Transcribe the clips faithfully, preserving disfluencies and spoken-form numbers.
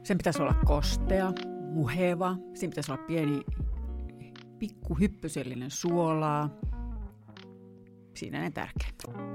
Sen pitäisi olla kostea, muheva, siinä pitäisi olla pieni pikkuhyppysellinen suolaa. Siinä ne tärkeät.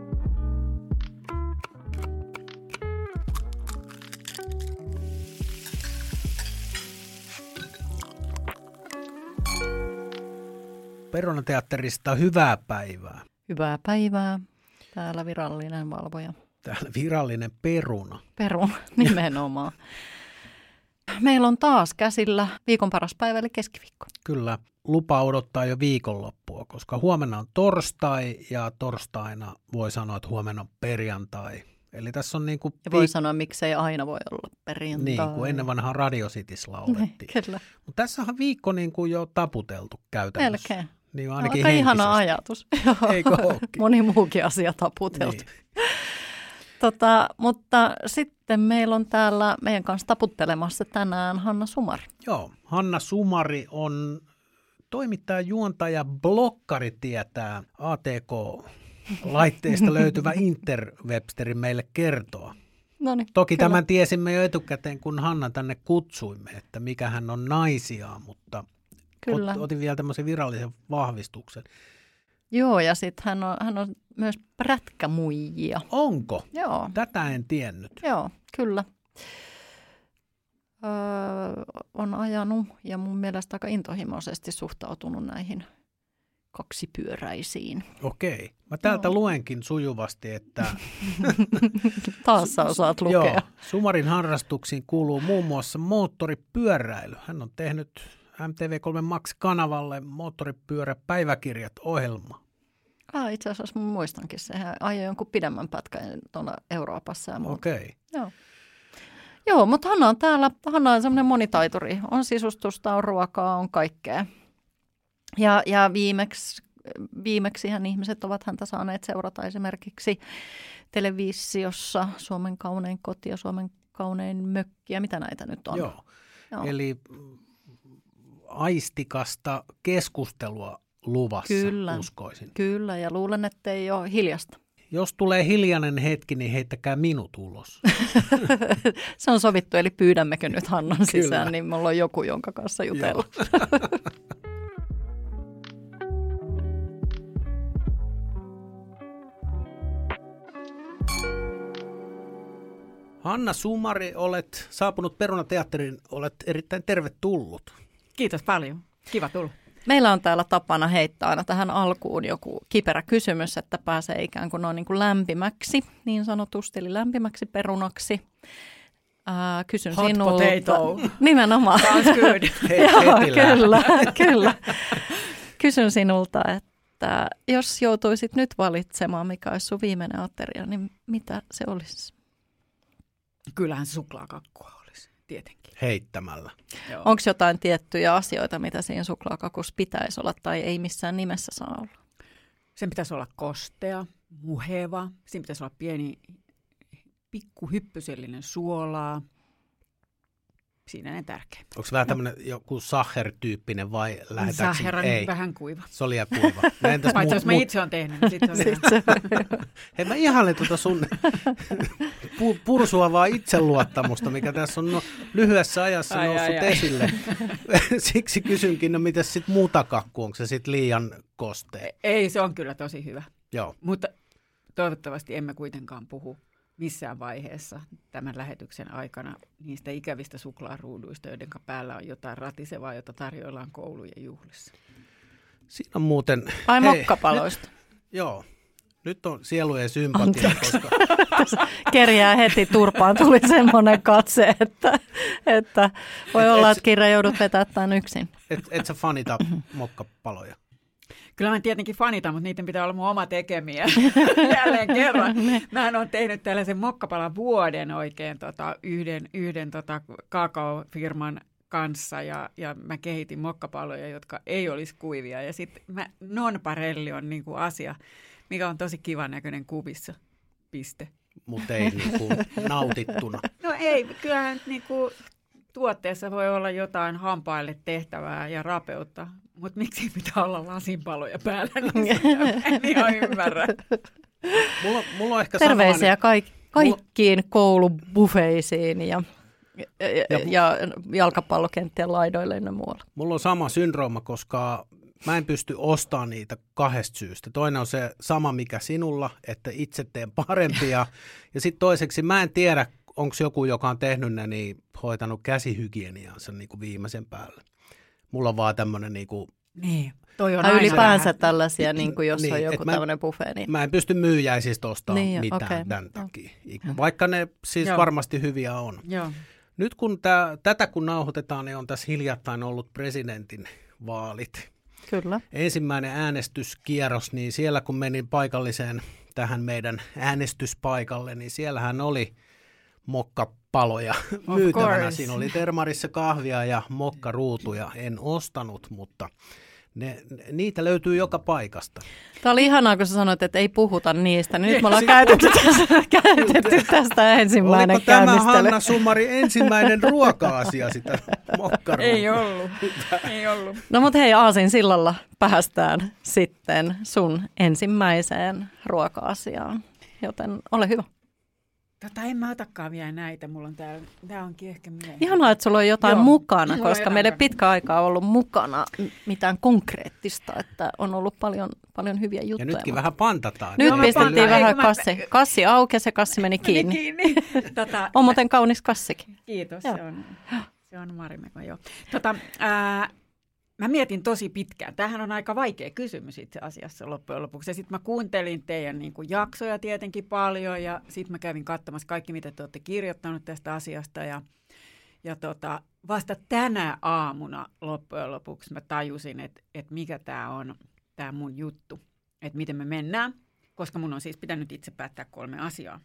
Perunateatterista hyvää päivää. Hyvää päivää. Täällä virallinen valvoja. Täällä virallinen peruna. Peruna, nimenomaan. Meillä on taas käsillä viikon paras päivä, eli keskiviikko. Kyllä, lupa odottaa jo viikonloppua, koska huomenna on torstai ja torstaina voi sanoa, että huomenna on perjantai. Eli tässä on niin kuin... Ja voi viik- sanoa, miksei aina voi olla perjantai. Niin, kuin ennen vanhaan Radio Cityssä laulettiin. Ne, kyllä. Mutta tässä on viikko niin kuin jo taputeltu käytännössä. Melkein. Niin no, ainakin aika ihana ajatus. Eikö ookin? Moni muukin asia taputeltu. Niin. Tota, mutta sitten meillä on täällä meidän kanssa taputtelemassa tänään Hanna Sumari. Joo, Hanna Sumari on toimittaja, juontaja, blokkari tietää A T K-laitteesta löytyvä interwebsteri meille kertoa. Noniin, Toki kyllä. Tämän tiesimme jo etukäteen, kun Hanna tänne kutsuimme, että mikä hän on naisia, mutta Kyllä. Ot, otin vielä tämmöisen virallisen vahvistuksen. Joo, ja sitten hän on, hän on myös prätkämuijia. Onko? Joo. Tätä en tiennyt. Joo, kyllä. Öö, on ajanut ja mun mielestä aika intohimoisesti suhtautunut näihin kaksipyöräisiin. Okei. Mä täältä Joo. luenkin sujuvasti, että... Taas sä osaat lukea. Joo, Sumarin harrastuksiin kuuluu muun muassa moottoripyöräily. Hän on tehnyt M T V kolme Max-kanavalle moottoripyöräpäiväkirjat ohjelma. Ah, itse asiassa mä muistankin se. Hän ajoi jonkun pidemmän pätkän tuolla Euroopassa ja muuta. Okei. Joo. Joo, mutta Hanna on täällä. Hanna on semmoinen monitaituri. On sisustusta, on ruokaa, on kaikkea. Ja, ja viimeksi, viimeksihän ihmiset ovat häntä saaneet seurata esimerkiksi televisiossa Suomen kaunein koti ja Suomen kaunein mökki ja mitä näitä nyt on. Joo. Joo. Eli aistikasta keskustelua luvassa, Kyllä. uskoisin. Kyllä, ja luulen, että ei ole hiljasta. Jos tulee hiljainen hetki, niin heittäkää minut ulos. Se on sovittu, eli pyydämmekö nyt Hannan Kyllä. sisään, niin mulla on joku, jonka kanssa jutella. Hanna Sumari, olet saapunut Perunateatteriin, olet erittäin tervetullut. Kiitos paljon. Kiva tulla. Meillä on täällä tapana heittää aina tähän alkuun joku kiperä kysymys, että pääsee ikään kuin noin niin kuin lämpimäksi, niin sanotusti, eli lämpimäksi perunaksi. Ää, kysyn Hot sinulta. potato. Nimenomaan. Sounds good. Joo, kyllä, kyllä. Kysyn sinulta, että jos joutuisit nyt valitsemaan, mikä olisi sun viimeinen ateria, niin mitä se olisi? Kyllähän se suklaakakkua olisi, tietenkin. Heittämällä. Onko jotain tiettyjä asioita, mitä siinä suklaakakussa pitäisi olla tai ei missään nimessä saa olla? Sen pitäisi olla kostea, muheva, siinä pitäisi olla pieni pikkuhyppysellinen suolaa. Siinä ne tärkeät. Onko vähän tämmöinen joku sacher-tyyppinen vai lähdetäänkö? Sacher on Ei. vähän kuiva. Se oli liian kuiva. Paitsi Paitsi jos mä itse olen tehnyt, niin sitten se on Hei, mä ihailen tuota sun pu- pursuavaa itseluottamusta, mikä tässä on no, lyhyessä ajassa ai, noussut ai, ai. esille. Siksi kysynkin, no mitäs sitten muuta kakku, onko se sitten liian kostea? Ei, se on kyllä tosi hyvä. Joo. Mutta toivottavasti emme kuitenkaan puhu missään vaiheessa tämän lähetyksen aikana niistä ikävistä suklaaruuduista, joiden päällä on jotain ratisevaa, jota tarjoillaan koulujen juhlissa. Siinä on muuten... Ai hei, mokkapaloista. Nyt, joo. Nyt on sielujen sympatia, koska... Kerjää heti turpaan tuli semmoinen katse, että, että voi Et- olla, et- että Kirja joudut vetämään tämän yksin. Et, et sä fanita mokkapaloja. Kyllä mä tietenkin fanitan, mutta niiden pitää olla mun oma tekemiä jälleen kerran. Mä oon tehnyt tällaisen mokkapalan vuoden oikein tota, yhden, yhden tota, kakaofirman kanssa ja, ja mä kehitin mokkapaloja, jotka ei olisi kuivia. Ja sitten nonparelli on niinku asia, mikä on tosi kivan näköinen kuvissa. Piste. Mutta ei niinku nautittuna. No ei, kyllähän niinku tuotteessa voi olla jotain hampaille tehtävää ja rapeutta, mutta miksi pitää olla lasinpaloja päällä, niin en ihan ymmärrä. Mulla, mulla on ehkä Terveisiä samanlainen... kaik- kaikkiin koulubufeisiin ja ja, ja jalkapallokenttien laidoille ja muualla. Mulla on sama syndrooma, koska mä en pysty ostamaan niitä kahdesta syystä. Toinen on se sama, mikä sinulla, että itse teen parempia. Ja sitten toiseksi mä en tiedä, onko joku, joka on tehnyt ne, niin hoitanut käsihygieniansa niin kuin viimeisen päälle. Mulla on vaan tämmöinen niin kuin... Niin, toi on aina ylipäänsä vähän tällaisia, niin kuin jos niin, on joku mä, tämmöinen buffet. Niin... Mä en pysty myyjäisistä ostamaan niin, mitään okay. tämän takia. Vaikka ne siis Joo. varmasti hyviä on. Joo. Nyt kun tää, tätä kun nauhoitetaan, niin on tässä hiljattain ollut presidentin vaalit. Kyllä. Ensimmäinen äänestyskierros, niin siellä kun menin paikalliseen tähän meidän äänestyspaikalle, niin siellähän oli mokkapaloja myytävänä. course. Siinä oli termarissa kahvia ja mokkaruutuja. En ostanut, mutta ne, niitä löytyy joka paikasta. Tämä oli ihanaa, kun sä sanoit, että ei puhuta niistä. Nyt me ollaan käytetty tästä, käytetty tästä ensimmäinen Oliko tämä käynnistely. Hanna Sumari ensimmäinen ruoka-asia sitä mokkaruutua? Ei ollut, ei ollut. No mutta hei, Aasin sillalla päästään sitten sun ensimmäiseen ruoka-asiaan, joten ole hyvä. Tota, en mä otakaan vielä näitä, mulla on täällä, tää onkin ehkä myöhemmin. Ihanaa, että sulla on jotain Joo, mukana, mulla on koska jotain meillä ei mukana. pitkä aikaa ollut mukana mitään konkreettista, että on ollut paljon, paljon hyviä Ja juttuja. nytkin mutta vähän pantataan. nyt Joo, mä pistettiin pantaan. vähän Ei, kun mä- kassi. Kassi aukesi ja kassi meni kiinni. Meni kiinni. tota, On muuten kaunis kassikin. Kiitos, Joo. se on, se on Marimekon, joo. Tota, ää, mä mietin tosi pitkään. Tämähän on aika vaikea kysymys itse asiassa loppujen lopuksi. Ja sitten mä kuuntelin teidän niin kuin, jaksoja tietenkin paljon ja sitten mä kävin katsomassa kaikki, mitä te olette kirjoittanut tästä asiasta. Ja, ja tota, vasta tänä aamuna loppujen lopuksi mä tajusin, että, että mikä tämä on, tämä mun juttu. Että miten me mennään, koska mun on siis pitänyt itse päättää kolme asiaa.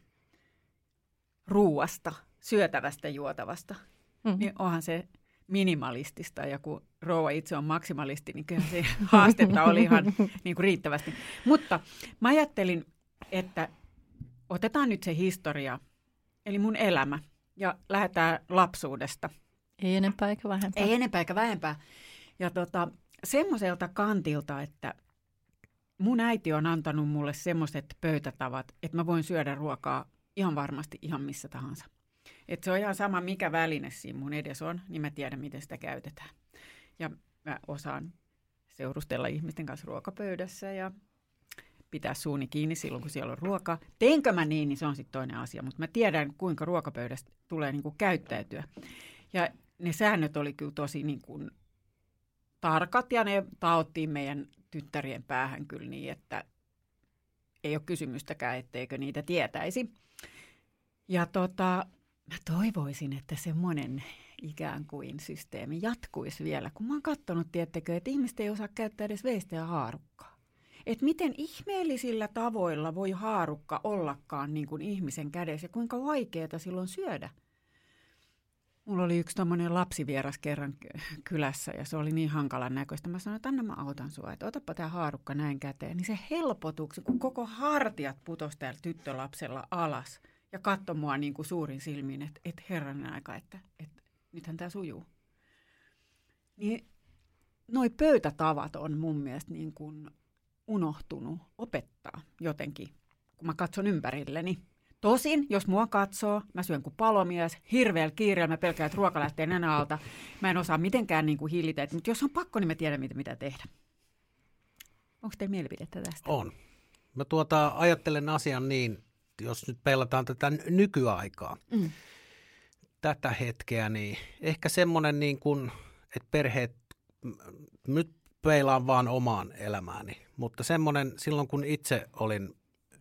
Ruuasta, syötävästä, juotavasta. Mm. Niin onhan se minimalistista, ja kun rouva itse on maksimalisti, niin kyllä se haastetta oli ihan niin kuin riittävästi. Mutta mä ajattelin, että otetaan nyt se historia, eli mun elämä, ja lähdetään lapsuudesta. Ei enempää eikä vähempää. Ei enempää eikä vähempää. Ja tota, semmoiselta kantilta, että mun äiti on antanut mulle semmoiset pöytätavat, että mä voin syödä ruokaa ihan varmasti ihan missä tahansa. Että se on ihan sama, mikä väline siinä mun edes on, niin mä tiedän, miten sitä käytetään. Ja mä osaan seurustella ihmisten kanssa ruokapöydässä ja pitää suuni kiinni silloin, kun siellä on ruokaa. Teenkö mä niin, niin se on sitten toinen asia, mutta mä tiedän, kuinka ruokapöydästä tulee niin kuin käyttäytyä. Ja ne säännöt oli kyllä tosi niin kuin tarkat ja ne taottiin meidän tyttärien päähän kyllä niin, että ei ole kysymystäkään, etteikö niitä tietäisi. Ja tota, mä toivoisin, että semmoinen ikään kuin systeemi jatkuisi vielä, kun mä oon katsonut, tiettekö, että ihmiset ei osaa käyttää edes veistä ja haarukkaa. Että miten ihmeellisillä tavoilla voi haarukka ollakaan niin kuin ihmisen kädessä ja kuinka vaikeaa silloin syödä. Mulla oli yksi tommoinen lapsivieras kerran kylässä ja se oli niin hankalan näköistä. Mä sanoin, että anna mä autan sua, että otapa tää haarukka näin käteen. Niin se helpotuksi, kun koko hartiat putosi täällä tyttölapsella alas ja katsoi mua niin kuin suurin silmiin, että, että herranen aika, että, että nythän tää sujuu. Niin noi pöytätavat on mun mielestä niin kuin unohtunut opettaa jotenkin, kun mä katson ympärilleni. Tosin, jos mua katsoo, mä syön kuin palomies, hirveällä kiireellä, mä pelkään, että ruoka lähtee nenän alta. Mä en osaa mitenkään niin kuin hillitä, mutta jos on pakko, niin mä tiedän, mitä, mitä tehdä. Onko teillä mielipidettä tästä? On. Mä tuota, ajattelen asian niin, jos nyt peilataan tätä nykyaikaa, Mm. tätä hetkeä, niin ehkä semmoinen niin kuin, että perheet, nyt peilaan vaan omaan elämääni, mutta semmoinen silloin, kun itse olin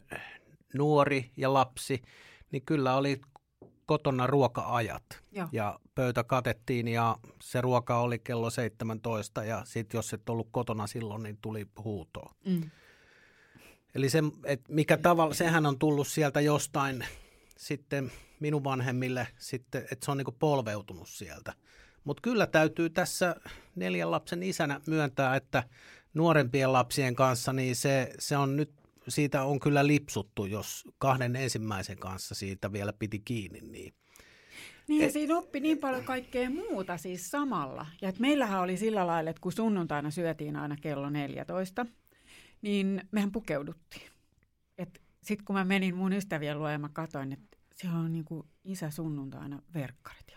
nuori ja lapsi, niin kyllä oli kotona ruoka-ajat. Joo. Ja pöytä katettiin ja se ruoka oli kello seitsemäntoista ja sitten jos et ollut kotona silloin, niin tuli huutoa. Mm. Eli se, että mikä tavalla, sehän on tullut sieltä jostain sitten minun vanhemmille, sitten, että se on niinku polveutunut sieltä. Mutta kyllä täytyy tässä neljän lapsen isänä myöntää, että nuorempien lapsien kanssa, niin se, se on nyt, siitä on kyllä lipsuttu, jos kahden ensimmäisen kanssa siitä vielä piti kiinni. Niin, Niin ja siinä oppi niin paljon kaikkea muuta siis samalla. Ja että meillähän oli sillä lailla, että kun sunnuntaina syötiin aina kello neljätoista, niin mehän pukeuduttiin. Sitten kun mä menin mun ystävien luo ja mä katsoin, että siellä on niin kuin isä sunnuntaina verkkarit jalassa.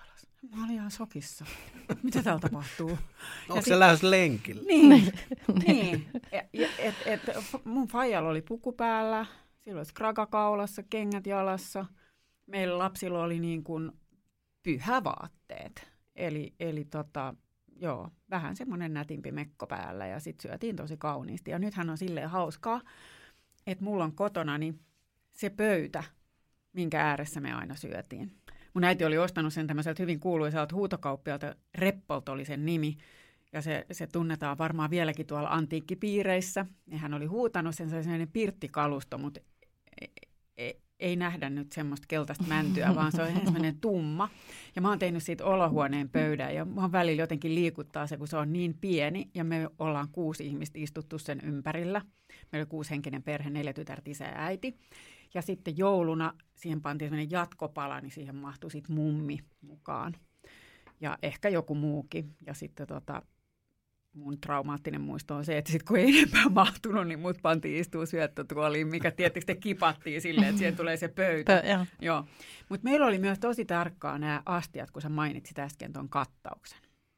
Mä olin ihan shokissa. Mitä täällä tapahtuu? Onko se lähes lenkillä? Niin, niin. Et, et, mun faijalla oli puku päällä, sillä oli skraga kaulassa, kengät jalassa. Meillä lapsilla oli niin kuin pyhävaatteet. Eli, eli tota, joo, vähän semmoinen nätimpi mekko päällä ja sitten syötiin tosi kauniisti. Ja nythän on silleen hauskaa, että mulla on kotona niin se pöytä, minkä ääressä me aina syötiin. Mun äiti oli ostanut sen tämmöiseltä hyvin kuuluisalta huutokauppialta, Reppolt oli sen nimi, ja se, se tunnetaan varmaan vieläkin tuolla antiikkipiireissä. Ja hän oli huutanut sen, se oli sellainen pirttikalusto, mutta ei, ei, ei nähdä nyt semmoista keltaista mäntyä, vaan se on semmoinen tumma. Ja mä oon tehnyt siitä olohuoneen pöydän, ja mä välillä jotenkin liikuttaa se, kun se on niin pieni, ja me ollaan kuusi ihmistä istuttu sen ympärillä. Meillä oli kuusihenkinen perhe, neljä tytärtä, isä ja äiti. Ja sitten jouluna siihen pantiin sellainen jatkopala, niin siihen mahtui sitten mummi mukaan. Ja ehkä joku muukin. Ja sitten tota, mun traumaattinen muisto on se, että sitten kun ei enempää mahtunut, niin mut pantiin istua syöttötuoliin, mikä tietysti kipattiin silleen, että siihen tulee se pöytä. Pö, joo. Joo. Mutta meillä oli myös tosi tarkkaa nämä astiat, kun sä mainitsit äsken tuon kattauksen.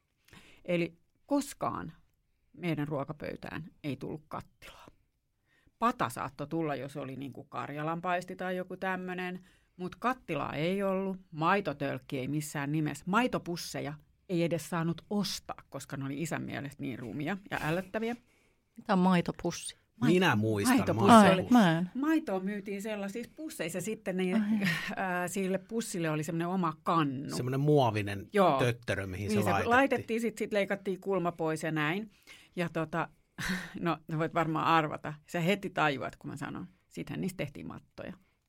Eli koskaan meidän ruokapöytään ei tullut kattilaa. Pata saattoi tulla, jos oli niin kuin karjalanpaisti tai joku tämmöinen, mutta kattilaa ei ollut, maitotölkki ei missään nimessä, maitopusseja ei edes saanut ostaa, koska ne oli isän mielestä niin rumia ja ällöttäviä. Mitä on maitopussi? Maito, Minä muistan. Maitopussi. Maitoa myytiin sellaisissa pusseissa sitten, niin, äh, sille pussille oli semmoinen oma kannu. Semmoinen muovinen Joo. töttörö, mihin niin se, se laitettiin. Laitettiin, sitten sit leikattiin kulma pois ja näin. Ja tota, no voit varmaan arvata, sä heti tajuat, kun mä sanon, sittenhän niistä tehtiin mattoja.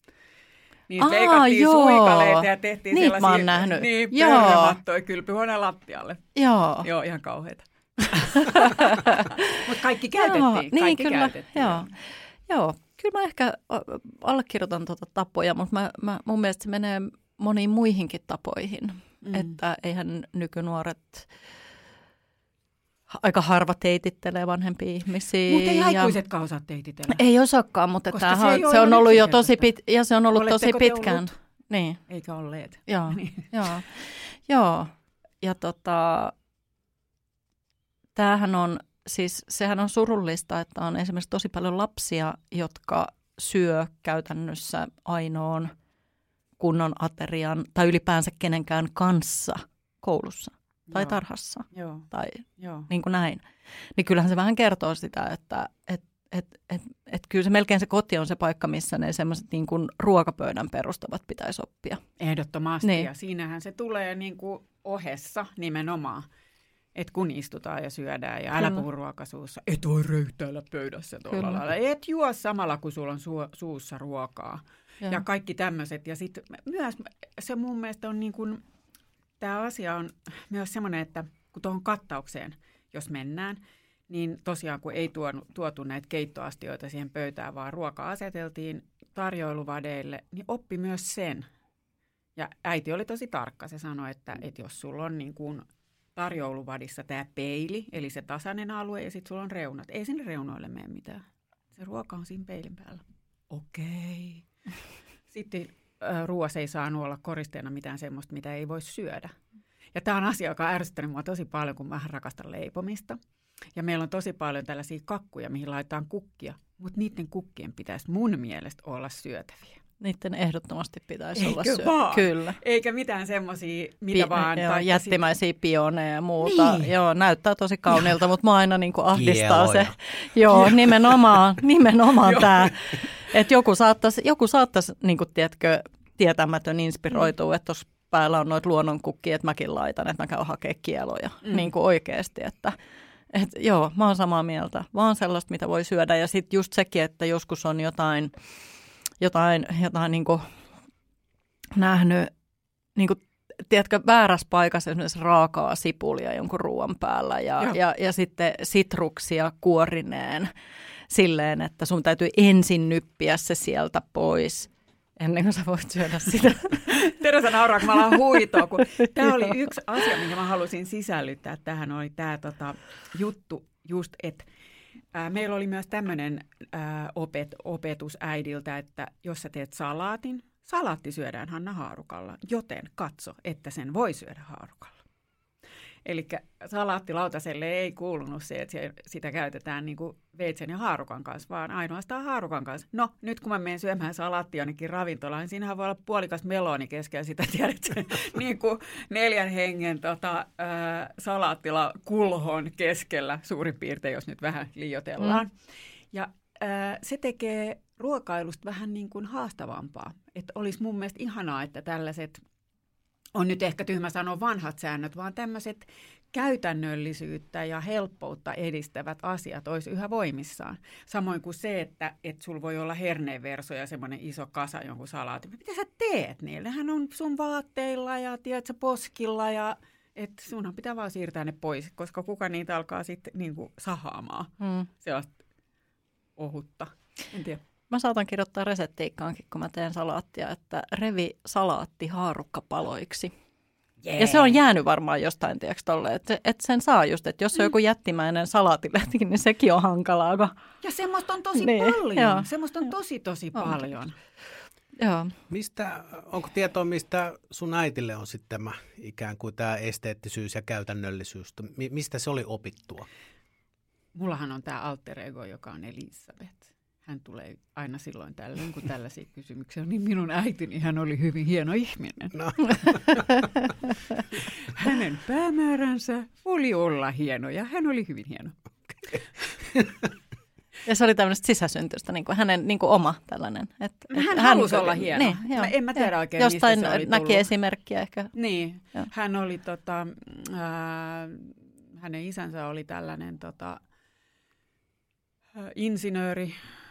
Niin Aa, leikattiin joo. suikaleita ja tehtiin Niitä sellaisia mä oon nähnyt. Niin, pöydämattoja kylpyhuoneen lattialle. Joo. Joo, ihan kauheita. Mutta kaikki käytettiin. Joo, kaikki niin, kyllä, käytettiin. Joo. joo, kyllä mä ehkä allekirjoitan tuota tapoja, mutta mä, mä, mun mielestä se menee moniin muihinkin tapoihin. Mm. Että eihän nykynuoret... Aika harva teitittelee vanhempia ihmisiä. Mutta ei aikuisetkaan osaa teititellä. Ei osaakaan, mutta se, se on ollut jo tosi, pit, ja se on ollut tosi pitkään. Niin. Eikä olleet. Joo, niin. joo. joo. Ja tota, tämähän on, siis sehän on surullista, että on esimerkiksi tosi paljon lapsia, jotka syö käytännössä ainoan kunnon aterian tai ylipäänsä kenenkään kanssa koulussa. Tai Joo. tarhassa, Joo. tai Joo. niin kuin näin. Niin kyllähän se vähän kertoo sitä, että et, et, et, et kyllä se melkein se koti on se paikka, missä ne semmoiset niin kuin ruokapöydän perustavat pitäisi oppia. Ehdottomasti, niin. Ja siinähän se tulee niin kuin ohessa nimenomaan, että kun istutaan ja syödään ja älä puhu ruokasuussa, et voi röyhtäillä pöydässä tuolla lailla. Et juo samalla, kun sulla on su- suussa ruokaa ja, ja kaikki tämmöiset. Ja sitten myös se mun mielestä on niin kuin... Tämä asia on myös semmoinen, että kun tuohon kattaukseen, jos mennään, niin tosiaan kun ei tuonut, tuotu näitä keittoastioita siihen pöytään, vaan ruoka aseteltiin tarjoiluvadeille, niin oppi myös sen. Ja äiti oli tosi tarkka. Se sanoi, että, että jos sulla on niin kuin tarjoiluvadissa tämä peili, eli se tasainen alue, ja sitten sulla on reunat. Ei sinne reunoille mene mitään. Se ruoka on siinä peilin päällä. Okei. Sitten... ruoassa ei saanut olla koristeena mitään semmoista, mitä ei voi syödä. Ja tämä on asia, joka on ärsyttänyt mua tosi paljon, kun mä rakastan leipomista. Ja meillä on tosi paljon tällaisia kakkuja, mihin laitetaan kukkia, mutta niiden kukkien pitäisi mun mielestä olla syötäviä. Niiden ehdottomasti pitäisi Eikö olla syötäviä. Kyllä. Eikä mitään semmoisia, mitä Pi- vaan... Joo, jättimäisiä sit... pioneja ja muuta. Niin. Joo, näyttää tosi kauniilta, mutta mua aina niin kuin ahdistaa se. Joo, nimenomaan, nimenomaan tämä... Että joku saattaisi, joku saattaisi niin kuin, tiedätkö, tietämätön inspiroitua, mm. että tuossa päällä on noita luonnonkukkia, että mäkin laitan, että mä käyn hakemaan kieloja mm. niin kuin oikeasti. Että, et, joo, mä oon samaa mieltä. Vaan sellaista, mitä voi syödä. Ja sitten just sekin, että joskus on jotain, jotain, jotain niin kuin nähnyt, niin kuin, tiedätkö, väärässä paikassa esimerkiksi raakaa sipulia jonkun ruoan päällä ja, ja, ja sitten sitruksia kuorineen. Silleen, että sun täytyy ensin nyppiä se sieltä pois, ennen kuin sä voit syödä sitä. Teresa nauraa, kun mä alan huitoa. Tämä oli yksi asia, minkä mä halusin sisällyttää. Tähän oli tämä tota, juttu just, että ää, meillä oli myös tämmöinen ää, opet, opetus äidiltä, että jos sä teet salaatin, Salaatti syödään, Hanna, haarukalla, joten katso, että sen voi syödä haarukalla. Eli salaattilautaselle ei kuulunut se, että sitä käytetään niin kuin veitsen ja haarukan kanssa, vaan ainoastaan haarukan kanssa. No, nyt kun mä menen syömään salaattia jonnekin ravintolaan, niin siinähän voi olla puolikas meloni keskellä sitä, tiedätkö, niin kuin neljän hengen tota, äh, salaattila kulhon keskellä suurin piirtein, jos nyt vähän liioitellaan. Mm. Ja äh, se tekee ruokailusta vähän niin kuin haastavampaa. Että olisi mun mielestä ihanaa, että tällaiset, on nyt ehkä tyhmä sanoa vanhat säännöt, vaan tämmöiset käytännöllisyyttä ja helppoutta edistävät asiat olisi yhä voimissaan. Samoin kuin se, että et sulla voi olla herneenverso ja semmoinen iso kasa jonkun salaatin. Mitä sä teet niille? Hän on sun vaatteilla ja tiedätkö, poskilla ja että sunhan pitää vaan siirtää ne pois, koska kuka niitä alkaa sitten niinku sahaamaan. Mm. Sellaista ohutta. En tiedä. Mä saatan kirjoittaa reseptiikkaankin, kun mä teen salaattia, että revi salaatti haarukkapaloiksi. Yeah. Ja se on jäänyt varmaan jostain, tiedätkö, tolle, että, että sen saa just, että jos on joku jättimäinen salaatilehti, niin sekin on hankalaa. Kun... Ja semmoista on tosi niin, paljon. Joo. Semmoista on tosi, tosi on. paljon. Joo. Mistä, onko tietoa, mistä sun äitille on sitten tämä ikään kuin tämä esteettisyys ja käytännöllisyys? Mistä se oli opittua? Mullahan on tämä alter ego, joka on Elisabeth. Hän tulee aina silloin tällöin, kun tällaisia kysymyksiä on, niin minun äitini, hän oli hyvin hieno ihminen. No. Hänen päämääränsä oli olla hieno ja hän oli hyvin hieno. Ja se oli tämmöistä sisäsyntystä, niin kuin hänen niin kuin oma tällainen. Että, hän että halusi hän, olla hieno. Niin, mä, en mä tiedä oikein, jostain mistä se oli näki tullut. Esimerkkiä ehkä. Niin, joo. Hän oli, tota, äh, hänen isänsä oli tällainen tota, äh, insinööri,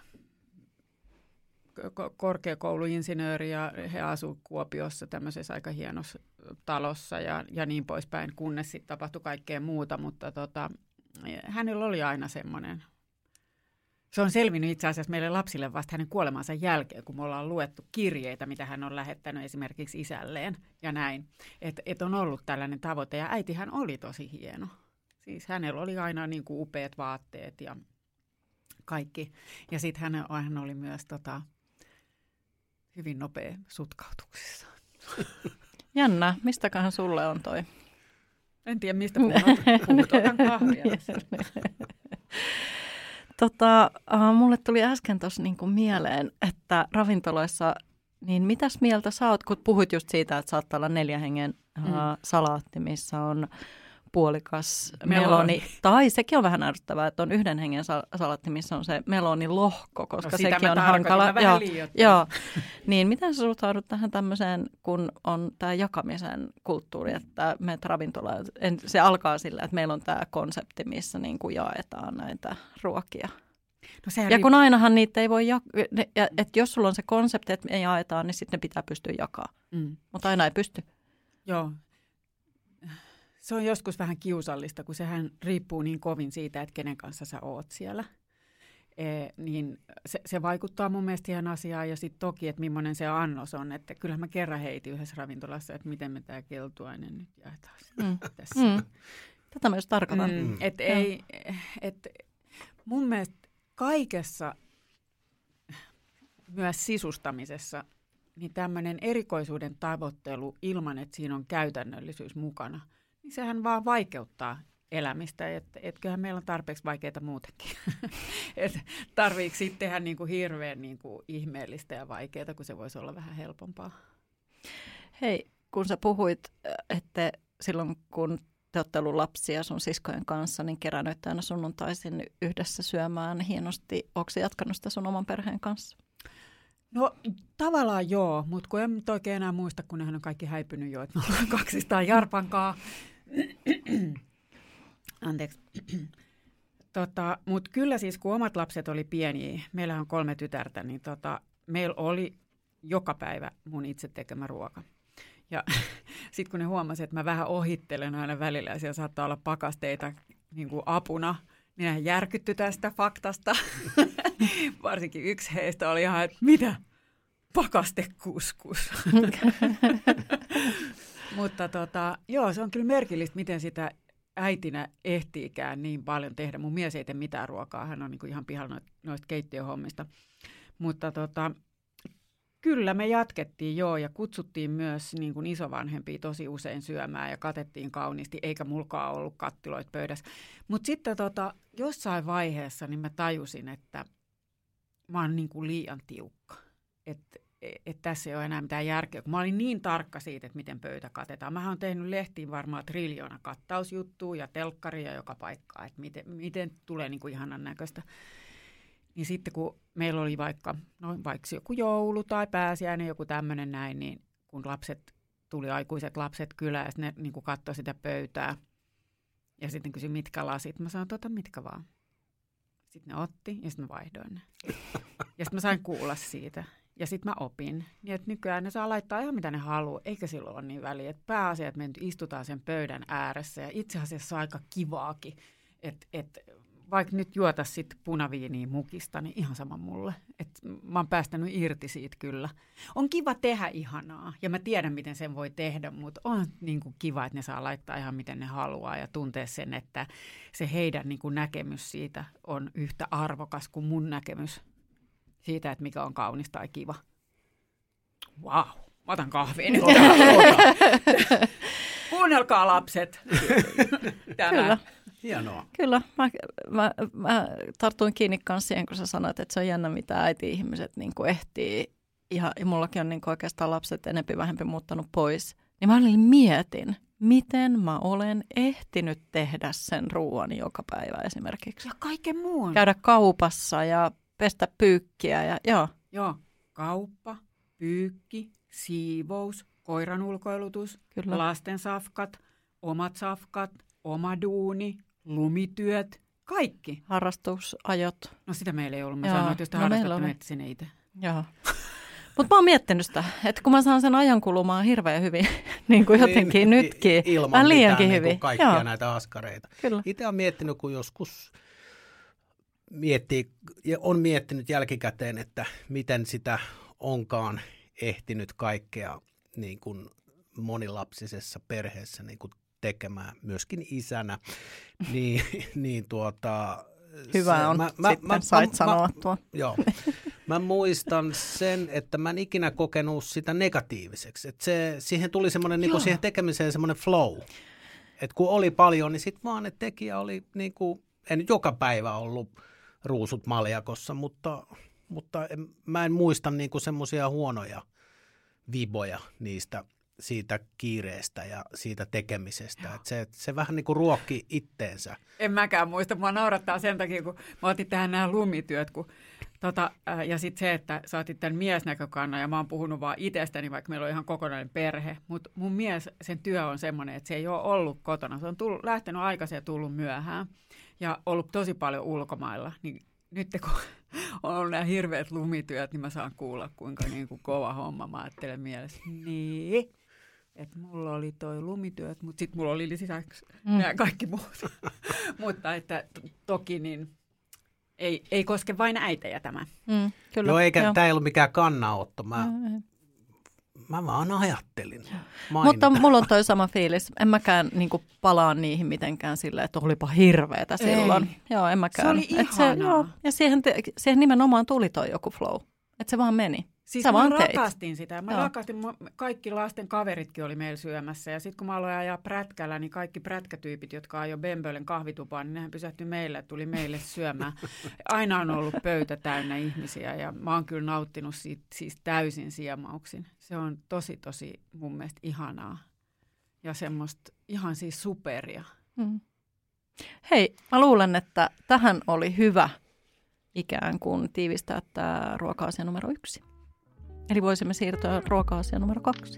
korkeakouluinsinööri ja he asuivat Kuopiossa tämmöisessä aika hienossa talossa ja, ja niin poispäin, kunnes sitten tapahtui kaikkea muuta, mutta tota, hänellä oli aina semmoinen. Se on selvinnyt itse asiassa meille lapsille vasta hänen kuolemansa jälkeen, kun me ollaan luettu kirjeitä, mitä hän on lähettänyt esimerkiksi isälleen ja näin. Että et on ollut tällainen tavoite ja äitihän oli tosi hieno. Siis hänellä oli aina niin kuin upeat vaatteet ja kaikki. Ja sitten hän, hän oli myös tota, hyvin nopea sutkautuksissa. Jännä. Mistäköhän sulle on toi? En tiedä, mistä puhut. Puhut, otan kahvia. Tota, uh, mulle tuli äsken tuossa niinku mieleen, että ravintoloissa, niin mitäs mieltä sä oot, kun puhuit just siitä, että saattaa olla neljän hengen uh, salaatti, missä on puolikas meloni. meloni. Tai sekin on vähän ärsyttävää, että on yhden hengen salaatti, missä on se melonilohko, koska no, sekin on hankala. Joo, joo. Niin miten sä suhtaudut tähän tämmöiseen, kun on tämä jakamisen kulttuuri, että meet ravintolaan, se alkaa sillä, että meillä on tämä konsepti, missä niin kuin jaetaan näitä ruokia. No, ja kun ainahan niitä ei voi jakaa, että jos sulla on se konsepti, että me jaetaan, niin sitten ne pitää pystyä jakamaan. Mm. Mutta aina ei pysty. Joo. Se on joskus vähän kiusallista, kun sehän riippuu niin kovin siitä, että kenen kanssa sä oot siellä. E, niin se, se vaikuttaa mun mielestä ihan asiaan ja sitten toki, että millainen se annos on. Että kyllähän mä kerran heitin yhdessä ravintolassa, että miten me tämä keltuainen nyt jaetaan mm. tässä. Mm. Tätä mä just tarkoitan. Mm. Et ei, et, mun mielestä kaikessa, myös sisustamisessa, niin tämmöinen erikoisuuden tavoittelu ilman, että siinä on käytännöllisyys mukana, niin sehän vaan vaikeuttaa elämistä, että et kyllähän meillä on tarpeeksi vaikeita muutenkin. Et tarviiko sitten tehdä niinku hirveän niinku ihmeellistä ja vaikeaa, kun se voisi olla vähän helpompaa. Hei, kun sä puhuit, että silloin kun te olette ollut lapsia sun siskojen kanssa, niin kerännyt aina sunnuntaisin yhdessä syömään hienosti. Oletko sä jatkanut sitä sun oman perheen kanssa? No tavallaan joo, mutta kun en nyt oikein enää muista, kun nehän on kaikki häipynyt jo, että me ollaan kaksistaan Jarpankaa. Anteeksi. Tota, mutta kyllä siis, kun omat lapset oli pieniä, meillä on kolme tytärtä, niin tota, meillä oli joka päivä mun itse tekemä ruoka. Ja sitten kun ne huomasi, että mä vähän ohittelen aina välillä ja siellä saattaa olla pakasteita niin kuin apuna, niin hän järkyttyi tästä faktasta. Varsinkin yksi heistä oli ihan, että mitä? Pakastekuskus. Mutta tota, joo, se on kyllä merkillistä, miten sitä äitinä ehtiikään niin paljon tehdä. Mun mies ei tee mitään ruokaa, hän on niin kuin ihan pihalla noista keittiöhommista. Mutta tota, Kyllä me jatkettiin joo ja kutsuttiin myös niin kuin isovanhempia tosi usein syömään ja katettiin kauniisti, eikä mulkaan ollut kattiloita pöydässä. Mutta sitten tota, jossain vaiheessa niin mä tajusin, että mä oon niin kuin liian tiukka, että et tässä ei ole enää mitään järkeä. Kun mä olin niin tarkka siitä, että miten pöytä katetaan. Mä oon tehnyt lehtiin varmaan triljoona kattausjuttua ja telkkaria joka paikkaa, että miten, miten tulee niin kuin ihanan näköistä. Niin sitten kun meillä oli vaikka, no vaikka joku joulu tai pääsiäinen, joku tämmöinen näin, niin kun lapset, tuli aikuiset lapset kylään ja ne niin kuin katsoi sitä pöytää ja sitten kysyi mitkä lasit. Mä sanoin, tota mitkä vaan. Sitten ne otti ja sitten mä vaihdoin ne. Ja sitten mä sain kuulla siitä. Ja sitten mä opin, niin että nykyään ne saa laittaa ihan mitä ne haluaa, eikä silloin ole niin väliä. Että pääasia, että me nyt istutaan sen pöydän ääressä ja itse asiassa aika kivaakin, että et, vaikka nyt juotaisiin sitten punaviiniä mukista, niin ihan sama mulle. Että mä oon päästänyt irti siitä kyllä. On kiva tehdä ihanaa ja mä tiedän, miten sen voi tehdä, mutta on niin kuin kiva, että ne saa laittaa ihan miten ne haluaa ja tuntee sen, että se heidän niin kuin näkemys siitä on yhtä arvokas kuin mun näkemys siitä, että mikä on kaunis tai kiva. Vau, wow, mä otan kahvia nyt. Kuunnelkaa lapset. Tämä. Kyllä. Hienoa. Kyllä, mä, mä, mä tartuin kiinni kanssa siihen, kun sä sanoit, että se on jännä, mitä äiti-ihmiset niin kuin ehtii. Ja, ja mullakin on niin kuin oikeastaan lapset enempi vähempi muuttanut pois. Niin mä olin mietin, miten mä olen ehtinyt tehdä sen ruoan joka päivä esimerkiksi. Ja kaiken muun. Käydä kaupassa ja pestä pyykkiä ja joo. Joo, kauppa, pyykki, siivous, koiran ulkoilutus, Kyllä. lasten safkat, omat safkat, oma duuni, lumityöt, kaikki. Harrastusajot. No sitä meillä ei ollut. Mä Joo. sanoin, että jos te No harrastatte, meillä niin sinne itse. Joo. Mutta mä oon miettinyt sitä, että kun mä saan sen ajan kulumaan hirveän hyvin, niin kuin jotenkin niin, nytkin, ilman vähän liiankin mitään, hyvin. Niin kaikkia Joo. näitä askareita. Kyllä. Itse olen miettinyt, kun joskus miettii, ja on miettinyt jälkikäteen, että miten sitä onkaan ehtinyt kaikkea niin kuin monilapsisessa perheessä niin kuin tekemään, myöskin isänä, niin, niin tuota... Hyvä se, on, mä, mä, sitten mä, sait mä, sanoa mä, tuon. Joo. Mä muistan sen, että mä en ikinä kokenut sitä negatiiviseksi. Että se, siihen tuli semmoinen, niin kuin siihen tekemiseen semmoinen flow. Että kun oli paljon, niin sitten vaan, että tekijä oli, niin kuin, en nyt joka päivä ollut ruusut maljakossa, mutta, mutta en, mä en muista niin kuin semmoisia huonoja viboja niistä, siitä kiireestä ja siitä tekemisestä. Että se, se vähän niin kuin ruokki itteensä. En mäkään muista. Mua naurattaa sen takia, kun mä otin tähän nämä lumityöt. Kun, tota, ää, ja sitten se, että sä otit tämän miesnäkökannan ja mä oon puhunut vaan itsestäni, vaikka meillä on ihan kokonainen perhe. Mutta mun mies, sen työ on semmoinen, että se ei ole ollut kotona. Se on tullut, lähtenyt aikaisin ja tullut myöhään ja ollut tosi paljon ulkomailla. Niin nyt kun on ollut nämä hirveät lumityöt, niin mä saan kuulla, kuinka niin kuin kova homma. Mä ajattelen mielessä, niin... Että mulla oli toi lumityöt, mutta sitten mulla oli lisäksi mm. nämä kaikki muut. Mutta että toki niin ei, ei koske vain äitejä tämä. Mm, kyllä. Joo, eikä tämä ei ollut mikään kannanotto. Mä, Mm. mä vaan ajattelin. Mutta mulla on toi sama fiilis. En mäkään niinku palaa niihin mitenkään silleen, että olipa hirveetä silloin. Ei. Joo, en mäkään. Se oli Et se, ihanaa. joo, ja siihen, te, siihen nimenomaan tuli toi joku flow. Että se vaan meni. Siis Sä mä vaan teit. rakastin sitä. Mä Joo. rakastin, kaikki lasten kaveritkin oli meillä syömässä. Ja sitten kun mä aloin ajaa prätkällä, niin kaikki prätkätyypit, jotka ajoi Bembölen kahvitupaan, niin nehän pysähtyi meille, tuli meille syömään. Aina on ollut pöytä täynnä ihmisiä ja mä oon kyllä nauttinut siitä siis täysin siemauksin. Se on tosi, tosi mun mielestä ihanaa ja semmoista ihan siis superia. Mm. Hei, mä luulen, että tähän oli hyvä ikään kuin tiivistää tämä ruoka-asia numero yksi. Eli voisimme siirtyä ruoka-asia numero kaksi.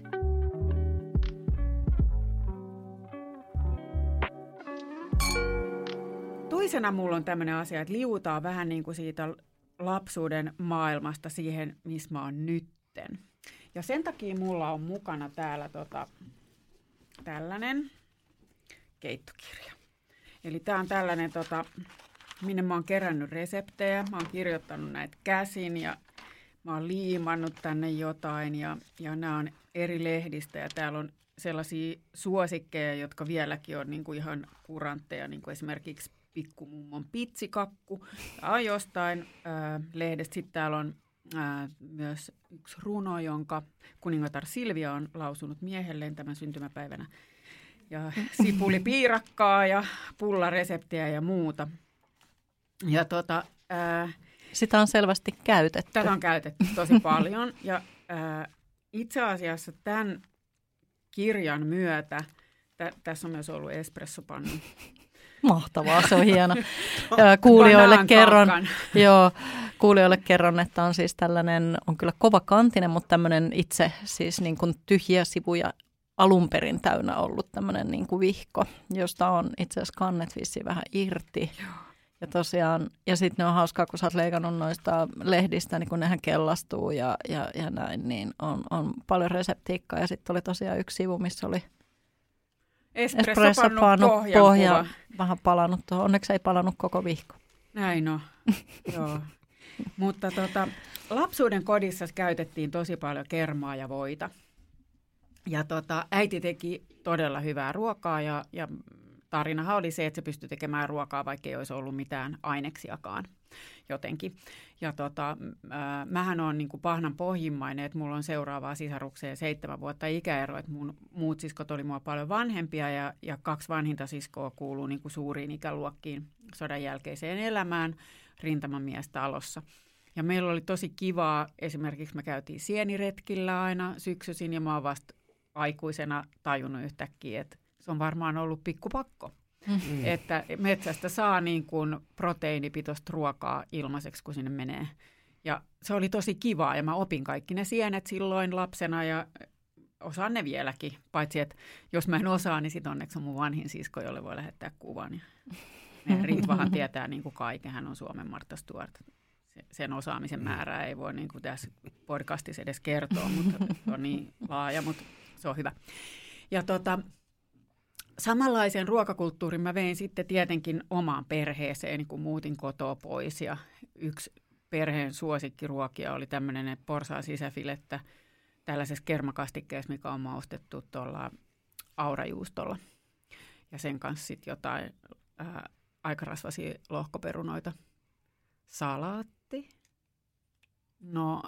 Toisena mulla on tämmöinen asia, että liutaa vähän niin kuin siitä lapsuuden maailmasta siihen, missä mä oon nytten. Ja sen takia mulla on mukana täällä tota, tällainen keittokirja. Eli tää on tällainen, tota, minne mä oon kerännyt reseptejä. Mä oon kirjoittanut näitä käsin ja mä oon liimannut tänne jotain ja, ja nämä on eri lehdistä ja täällä on sellaisia suosikkeja, jotka vieläkin on niin kuin ihan kurantteja, niin kuin esimerkiksi Pikkumummon pitsikakku. Tämä on jostain äh, lehdestä. Sitten täällä on ää, myös yksi runo, jonka kuningatar Silvia on lausunut miehelleen tämän syntymäpäivänä. Ja sipulipiirakkaa ja pullareseptiä ja muuta. Ja tota, ää, sitä on selvästi käytetty. Tätä on käytetty tosi paljon. Ja ää, itse asiassa tämän kirjan myötä, tä, tässä on myös ollut espressopannu. Mahtavaa, se on hieno. Kuulijoille kerron, joo, kuulijoille kerron, että on siis tällainen, on kyllä kova kantinen, mutta tämmöinen itse siis niin kuin tyhjiä sivuja alun perin täynnä ollut tämmöinen niin kuin vihko, josta on itse asiassa kannet vissiin vähän irti. Joo. Ja tosiaan, ja sitten ne on hauskaa, kun sä oot leikannut noista lehdistä, niin kun nehän kellastuu ja, ja, ja näin, niin on, on paljon reseptiikkaa. Ja sitten oli tosiaan yksi sivu, missä oli espressopannu pohja vähän palannut tuohon. Onneksi ei palannut koko vihko. Näin on, joo. Mutta tota, lapsuuden kodissa käytettiin tosi paljon kermaa ja voita. Ja tota, äiti teki todella hyvää ruokaa ja, ja tarinahan oli se, että se pystyi tekemään ruokaa, vaikka ei olisi ollut mitään aineksiakaan jotenkin. Ja tota, äh, mähän on niin kuin pahnan pohjimmainen, että mulla on seuraavaa sisarukseen seitsemän vuotta ikäero, että mun muut siskot oli mua paljon vanhempia ja, ja kaksi vanhinta siskoa kuuluu niin kuin suuriin ikäluokkiin sodan jälkeiseen elämään rintamamiestalossa. Ja meillä oli tosi kivaa, esimerkiksi me käytiin sieniretkillä aina syksyisin ja mä oon vasta aikuisena tajunnut yhtäkkiä, että se on varmaan ollut pikkupakko, mm-hmm. että metsästä saa niin kuin proteiinipitoista ruokaa ilmaiseksi, kun sinne menee. Ja se oli tosi kivaa ja mä opin kaikki ne sienet silloin lapsena ja osaan ne vieläkin. Paitsi, että jos mä en osaa, niin sitten onneksi on mun vanhin sisko, jolle voi lähettää kuvan. Ja Ritvahan tietää niin kuin kaiken, hän on Suomen Martha Stewart. Sen osaamisen määrää ei voi niin kuin tässä podcastissa edes kertoa, mutta se on niin laaja, mutta se on hyvä. Ja tota, samanlaisen ruokakulttuurin mä vein sitten tietenkin omaan perheeseen, kun muutin kotoa pois. Ja yksi perheen suosikkiruokia oli tämmöinen porsaan sisäfilettä tällaisessa kermakastikkeessa, mikä on maustettu tuolla aurajuustolla. Ja sen kanssa sitten jotain ää, aika rasvaisia lohkoperunoita. Salaatti? No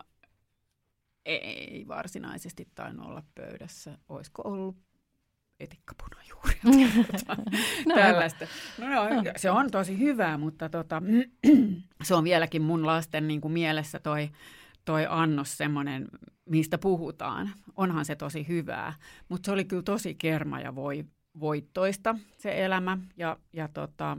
ei varsinaisesti tainnut olla pöydässä. Olisiko ollut etikkapunajuuria? no, tällaista. No, no, se on tosi hyvää, mutta tota, se on vieläkin mun lasten niin kuin mielessä toi, toi annos semmoinen, mistä puhutaan. Onhan se tosi hyvää, mutta se oli kyllä tosi kerma ja voi, voittoista se elämä. Ja, ja tota,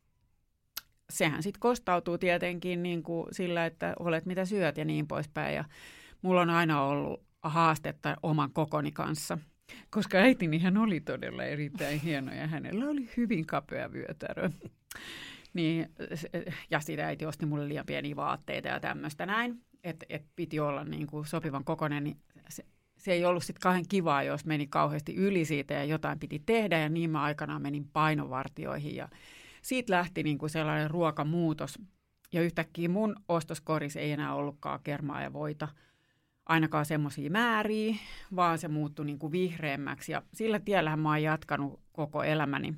sehän sitten kostautuu tietenkin niin kuin sillä, että olet mitä syöt ja niin poispäin. Ja mulla on aina ollut haastetta oman kokoni kanssa, koska äitinihän oli todella erittäin hieno ja hänellä oli hyvin kapea vyötärö. Niin, ja sitä äiti osti mulle liian pieniä vaatteita ja tämmöistä näin, että et piti olla niin kuin sopivan kokoinen. Niin se, se ei ollut sitten kauhean kivaa, jos meni kauheasti yli siitä ja jotain piti tehdä. Ja niin mä aikanaan menin painovartioihin ja siitä lähti niin kuin sellainen ruokamuutos. Ja yhtäkkiä mun ostoskorissa ei enää ollutkaan kermaa ja voita, ainakaan semmoisia määriä, vaan se muuttui niin kuin vihreämmäksi. Ja sillä tiellähän mä oon jatkanut koko elämäni.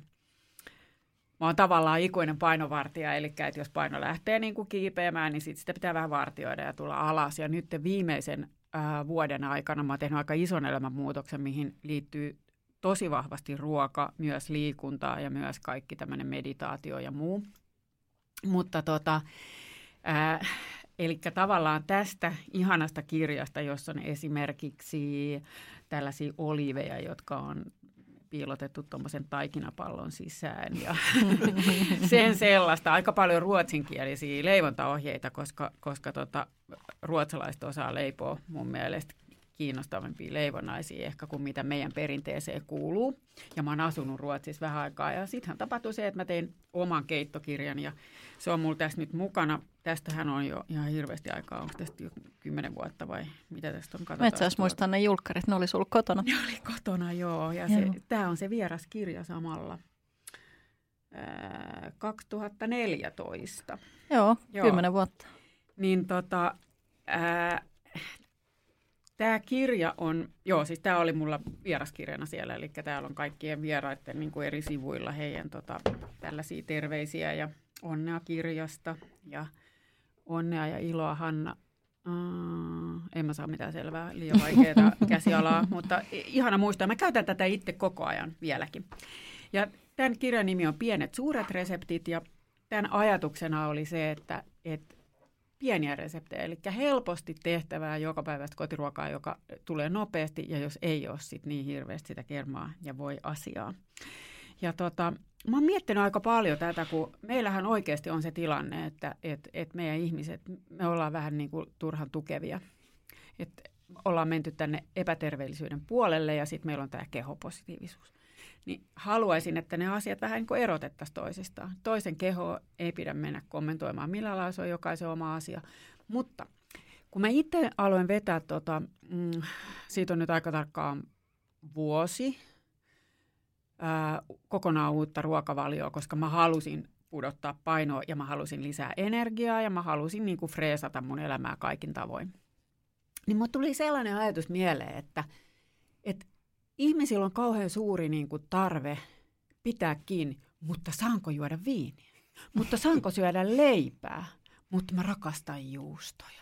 Mä oon tavallaan ikuinen painovartija, eli että jos paino lähtee niin kuin kiipeämään, niin sit sitä pitää vähän vartioida ja tulla alas. Ja nyt viimeisen äh, vuoden aikana mä oon tehnyt aika ison elämänmuutoksen, mihin liittyy tosi vahvasti ruoka, myös liikuntaa ja myös kaikki tämmöinen meditaatio ja muu. Mutta tota, ää, eli tavallaan tästä ihanasta kirjasta, jossa on esimerkiksi tällaisia oliiveja, jotka on piilotettu tuommoisen taikinapallon sisään ja sen sellaista. Aika paljon ruotsinkielisiä leivontaohjeita, koska, koska tota, ruotsalaiset osaa leipoa mun mielestä kiinnostavampia leivonnaisia ehkä kuin mitä meidän perinteeseen kuuluu. Ja mä oon asunut Ruotsissa vähän aikaa ja sittenhän tapahtui se, että mä tein oman keittokirjan ja se on mulla tässä nyt mukana. Tästähän on jo ihan hirveästi aikaa, onko tästä jo kymmenen vuotta vai mitä tästä on? Mä itse asiassa muistan ne julkkarit, ne oli sulla kotona. Ne oli kotona, joo. Ja tämä on se vieras kirja samalla. Ää, kaksituhattaneljätoista. Joo, joo. kymmenen vuotta. Niin tota... Ää, Tämä kirja on, joo siis tämä oli mulla vieraskirjana siellä, eli täällä on kaikkien vieraiden niin kuin eri sivuilla heidän tota, tällaisia terveisiä ja onnea kirjasta ja onnea ja iloa Hanna Uh, en mä saa mitään selvää, liian vaikeaa käsialaa, mutta ihana muistaa. Mä käytän tätä itse koko ajan vieläkin. Ja tämän kirjan nimi on Pienet suuret reseptit, ja tämän ajatuksena oli se, että, että pieniä reseptejä, eli helposti tehtävää jokapäiväistä kotiruokaa, joka tulee nopeasti, ja jos ei ole sit niin hirveästi sitä kermaa ja voi asiaa. Ja tota, mä oon miettinyt aika paljon tätä, kun meillähän oikeasti on se tilanne, että et, et meidän ihmiset, me ollaan vähän niin kuin turhan tukevia. Että ollaan menty tänne epäterveellisyyden puolelle ja sitten meillä on tämä kehopositiivisuus. Niin haluaisin, että ne asiat vähän niin kuin erotettaisiin toisistaan. Toisen keho ei pidä mennä kommentoimaan, millä lailla se on jokaisen oma asia. Mutta kun mä itse aloin vetää, tota, mm, siitä on nyt aika tarkkaan vuosi, ää, kokonaan uutta ruokavalioa, koska mä halusin pudottaa painoa ja mä halusin lisää energiaa ja mä halusin niin kuin freesata mun elämää kaikin tavoin. Niin mulle tuli sellainen ajatus mieleen, että, että ihmisillä on kauhean suuri niin kuin tarve pitää kiinni, mutta saanko juoda viiniä? Mutta saanko syödä leipää? Mutta mä rakastan juustoja.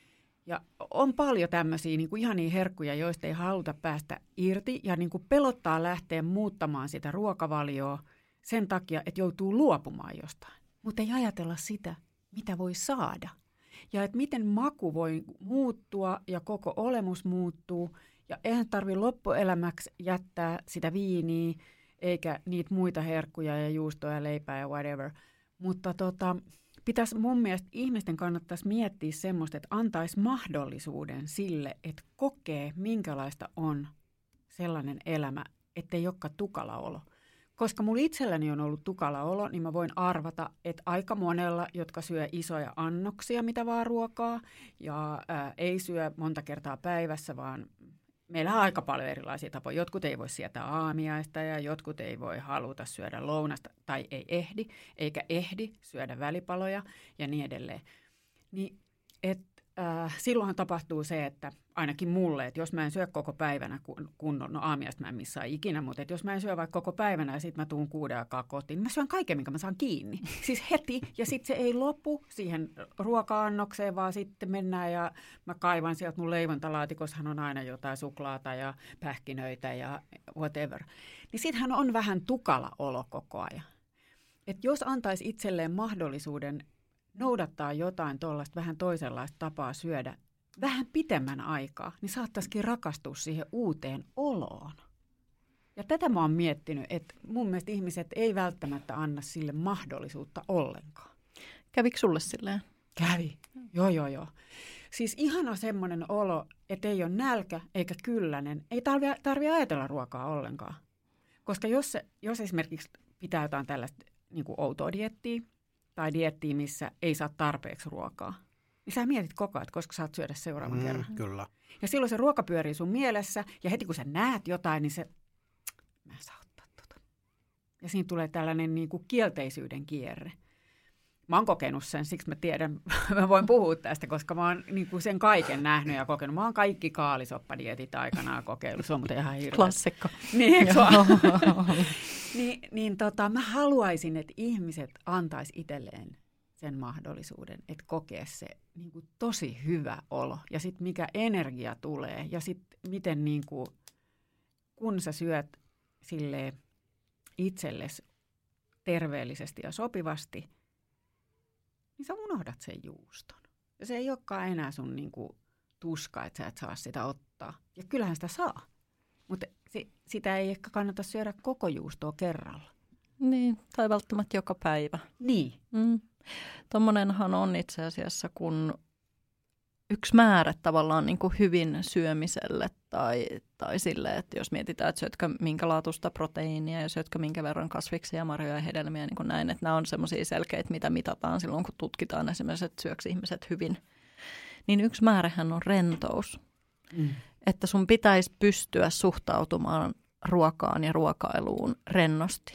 Ja on paljon tämmöisiä niin kuin ihania herkkuja, joista ei haluta päästä irti ja niin kuin pelottaa lähteä muuttamaan sitä ruokavalioa sen takia, että joutuu luopumaan jostain. Mutta ei ajatella sitä, mitä voi saada. Ja että miten maku voi muuttua ja koko olemus muuttuu. Ja eihän tarvitse loppuelämäksi jättää sitä viiniä, eikä niitä muita herkkuja ja juustoja, leipää ja whatever. Mutta tota, pitäisi mun mielestä ihmisten kannattaisi miettiä semmoista, että antaisi mahdollisuuden sille, että kokee minkälaista on sellainen elämä, ettei olekaan tukala olo. Koska mulla itselläni on ollut tukala olo, niin mä voin arvata, että aika monella, jotka syö isoja annoksia, mitä vaan ruokaa, ja ää, ei syö monta kertaa päivässä, vaan meillä on aika paljon erilaisia tapoja. Jotkut ei voi sietää aamiaista ja jotkut ei voi haluta syödä lounasta tai ei ehdi, eikä ehdi syödä välipaloja ja niin edelleen. Niin, et, äh, silloinhan tapahtuu se, että ainakin mulle, että jos mä en syö koko päivänä kunnon, no aamiaista mä en missään ikinä, mutta että jos mä en syö vaikka koko päivänä ja sitten mä tuun kuuden aikaa kotiin, niin mä syön kaiken, minkä mä saan kiinni. Siis heti, ja sitten se ei lopu siihen ruoka-annokseen, vaan sitten mennään ja mä kaivan sieltä mun leivontalaatikossahan on aina jotain suklaata ja pähkinöitä ja whatever. Niin sittenhän on vähän tukala olo koko ajan. Että jos antaisi itselleen mahdollisuuden noudattaa jotain tuollaista vähän toisenlaista tapaa syödä, vähän pitemmän aikaa, niin saattaisikin rakastua siihen uuteen oloon. Ja tätä mä oon miettinyt, että mun mielestä ihmiset ei välttämättä anna sille mahdollisuutta ollenkaan. Kävikö sulle silleen? Kävi. Joo, joo, joo. Siis ihana semmoinen olo, että ei ole nälkä eikä kylläinen. Ei tarvitse tarvi ajatella ruokaa ollenkaan. Koska jos, se, jos esimerkiksi pitää jotain tällaista niin kuin outoa dieettiä tai dieettiä, missä ei saa tarpeeksi ruokaa, niin sä mietit koko ajan, että koska saat syödä seuraavan mm, kerran. Kyllä. Ja silloin se ruoka pyörii sun mielessä, ja heti kun sä näet jotain, niin se, mä en saa ottaa tota. Ja siinä tulee tällainen niin kuin kielteisyyden kierre. Mä oon kokenut sen, siksi mä tiedän, mä voin puhua tästä, koska mä oon niin kuin sen kaiken nähnyt ja kokenut. Mä oon kaikki kaalisoppadietit aikanaan kokeillut, se on muuten ihan hirveä. Klassikko. Niin, niin, niin tota, mä haluaisin, että ihmiset antais itselleen sen mahdollisuuden, että kokee se niin kuin tosi hyvä olo ja sitten mikä energia tulee ja sitten miten niin kuin, kun sä syöt silleen itsellesi terveellisesti ja sopivasti, niin sä unohdat sen juuston. Ja se ei olekaan enää sun niin kuin tuska, että sä et saa sitä ottaa. Ja kyllähän sitä saa, mutta se, sitä ei ehkä kannata syödä koko juustoa kerralla. Niin, tai välttämättä joka päivä. Niin. Mm. Tuommoinenhan on itse asiassa, kun yksi määrä tavallaan niin kuin hyvin syömiselle tai, tai sille, että jos mietitään, että syötkö minkä laatusta proteiinia ja syötkö minkä verran kasviksia, marjoja ja hedelmiä, niin kuin näin, että nämä on semmoisia selkeitä, mitä mitataan silloin, kun tutkitaan esimerkiksi, että syöksi ihmiset hyvin. Niin yksi määrähän on rentous, mm. että sun pitäisi pystyä suhtautumaan ruokaan ja ruokailuun rennosti.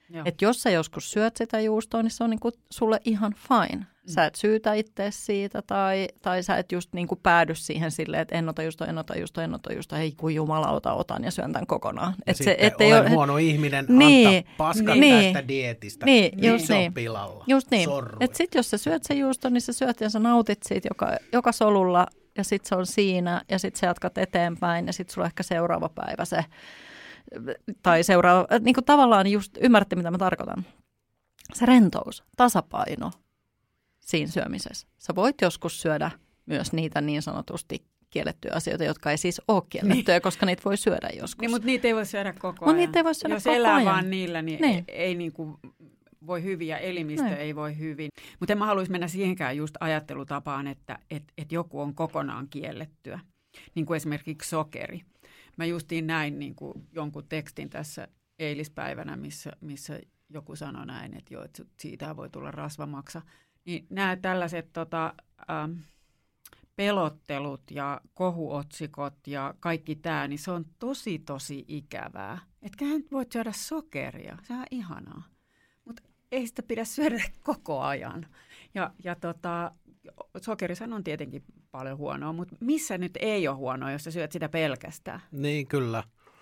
Että jos sä joskus syöt sitä juustoa, niin se on niinku sulle ihan fine. Sä et syytä itseäsi siitä tai, tai sä et just niinku päädy siihen silleen, että en ota juustoa, en ota juustoa, en ota juustoa. Hei kun jumalauta, otan ja syön tämän kokonaan. Ja et sitten se, et olen ole, huono ihminen, niin, antaa paskan niin, tästä dietistä. Niin, niin just se niin. on pilalla. Just niin. Sorru. Että sit jos sä syöt sen juuston, niin sä syöt ja sä nautit siitä joka, joka solulla ja sit se on siinä ja sit sä jatkat eteenpäin ja sit sulla ehkä seuraava päivä se, tai seuraava, niin kuin tavallaan just ymmärrätte mitä mä tarkoitan. Se rentous, tasapaino siinä syömisessä. Sä voit joskus syödä myös niitä niin sanotusti kiellettyjä asioita, jotka ei siis ole kiellettyjä, niin. koska niitä voi syödä joskus. Niin, mutta niitä ei voi syödä koko ajan. ajan. Niitä ei voi syödä Jos koko elää ajan. vaan niillä, niin, niin. ei, ei niin kuin voi hyvin ja elimistö niin. ei voi hyvin. Mutta en mä haluaisi mennä siihenkään just ajattelutapaan, että et, et joku on kokonaan kiellettyä. Niin kuin esimerkiksi sokeri. Mä justiin näin niin kuin jonkun tekstin tässä eilispäivänä, missä, missä joku sanoi näin, että, jo, että siitä voi tulla rasvamaksa. Niin nämä tällaiset tota, ähm, pelottelut ja kohuotsikot ja kaikki tämä, niin se on tosi tosi ikävää. Etkähän voit syödä sokeria, se on ihanaa. Mutta ei sitä pidä syödä koko ajan. Ja, ja tota, sokerihan on tietenkin paljon huonoa, mutta missä nyt ei ole huonoa, jos sä syöt sitä pelkästään? Niin, kyllä.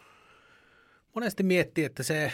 Monesti miettii, että se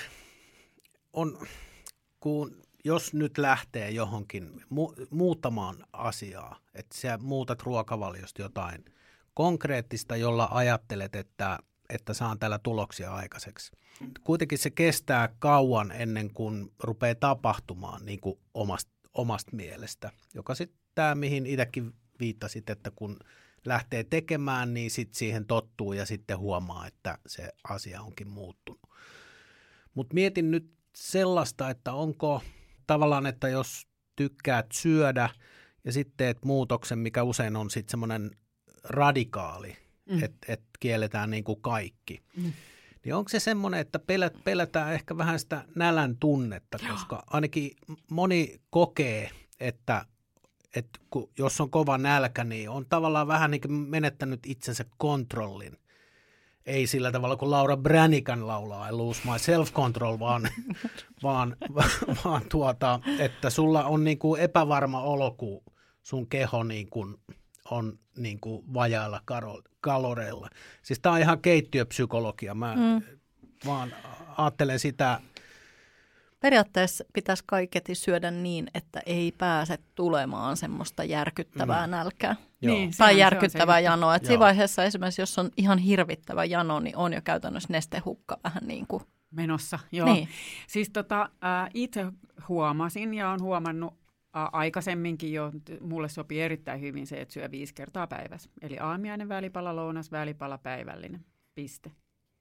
on, kun jos nyt lähtee johonkin mu- muuttamaan asiaa, että sä muutat ruokavaliosta jotain konkreettista, jolla ajattelet, että, että saan tällä tuloksia aikaiseksi. Kuitenkin se kestää kauan ennen kuin rupeaa tapahtumaan niin kuin omasta, omasta mielestä, joka sitten tämä, mihin itsekin viittasit, että kun lähtee tekemään, niin sitten siihen tottuu ja sitten huomaa, että se asia onkin muuttunut. Mutta mietin nyt sellaista, että onko tavallaan, että jos tykkäät syödä ja sitten teet muutoksen, mikä usein on sitten semmoinen radikaali, mm. että et kielletään niin kuin kaikki, mm. niin onko se semmoinen, että pelät, pelätään ehkä vähän sitä nälän tunnetta, koska ainakin moni kokee, että että kun, jos on kova nälkä, niin on tavallaan vähän niin kuin menettänyt itsensä kontrollin. Ei sillä tavalla kuin Laura Branigan laulaa, I lose my self-control, vaan, vaan, vaan tuota, että sulla on niin kuin epävarma olo, kun sun keho niin kuin on niin kuin vajailla kaloreilla. Siis tämä on ihan keittiöpsykologia. Mä mm. vaan ajattelen sitä. Periaatteessa pitäisi kaiketi syödä niin, että ei pääse tulemaan semmoista järkyttävää mm. nälkää. Niin, tai järkyttävää janoa. Et siinä vaiheessa esimerkiksi, jos on ihan hirvittävä jano, niin on jo käytännössä nestehukka vähän niin kuin menossa. Joo. Niin. Siis tota, äh, itse huomasin ja olen huomannut äh, aikaisemminkin jo, mulle sopii erittäin hyvin se, että syö viisi kertaa päivässä. Eli aamiainen välipala, lounas, välipala, päivällinen. Piste.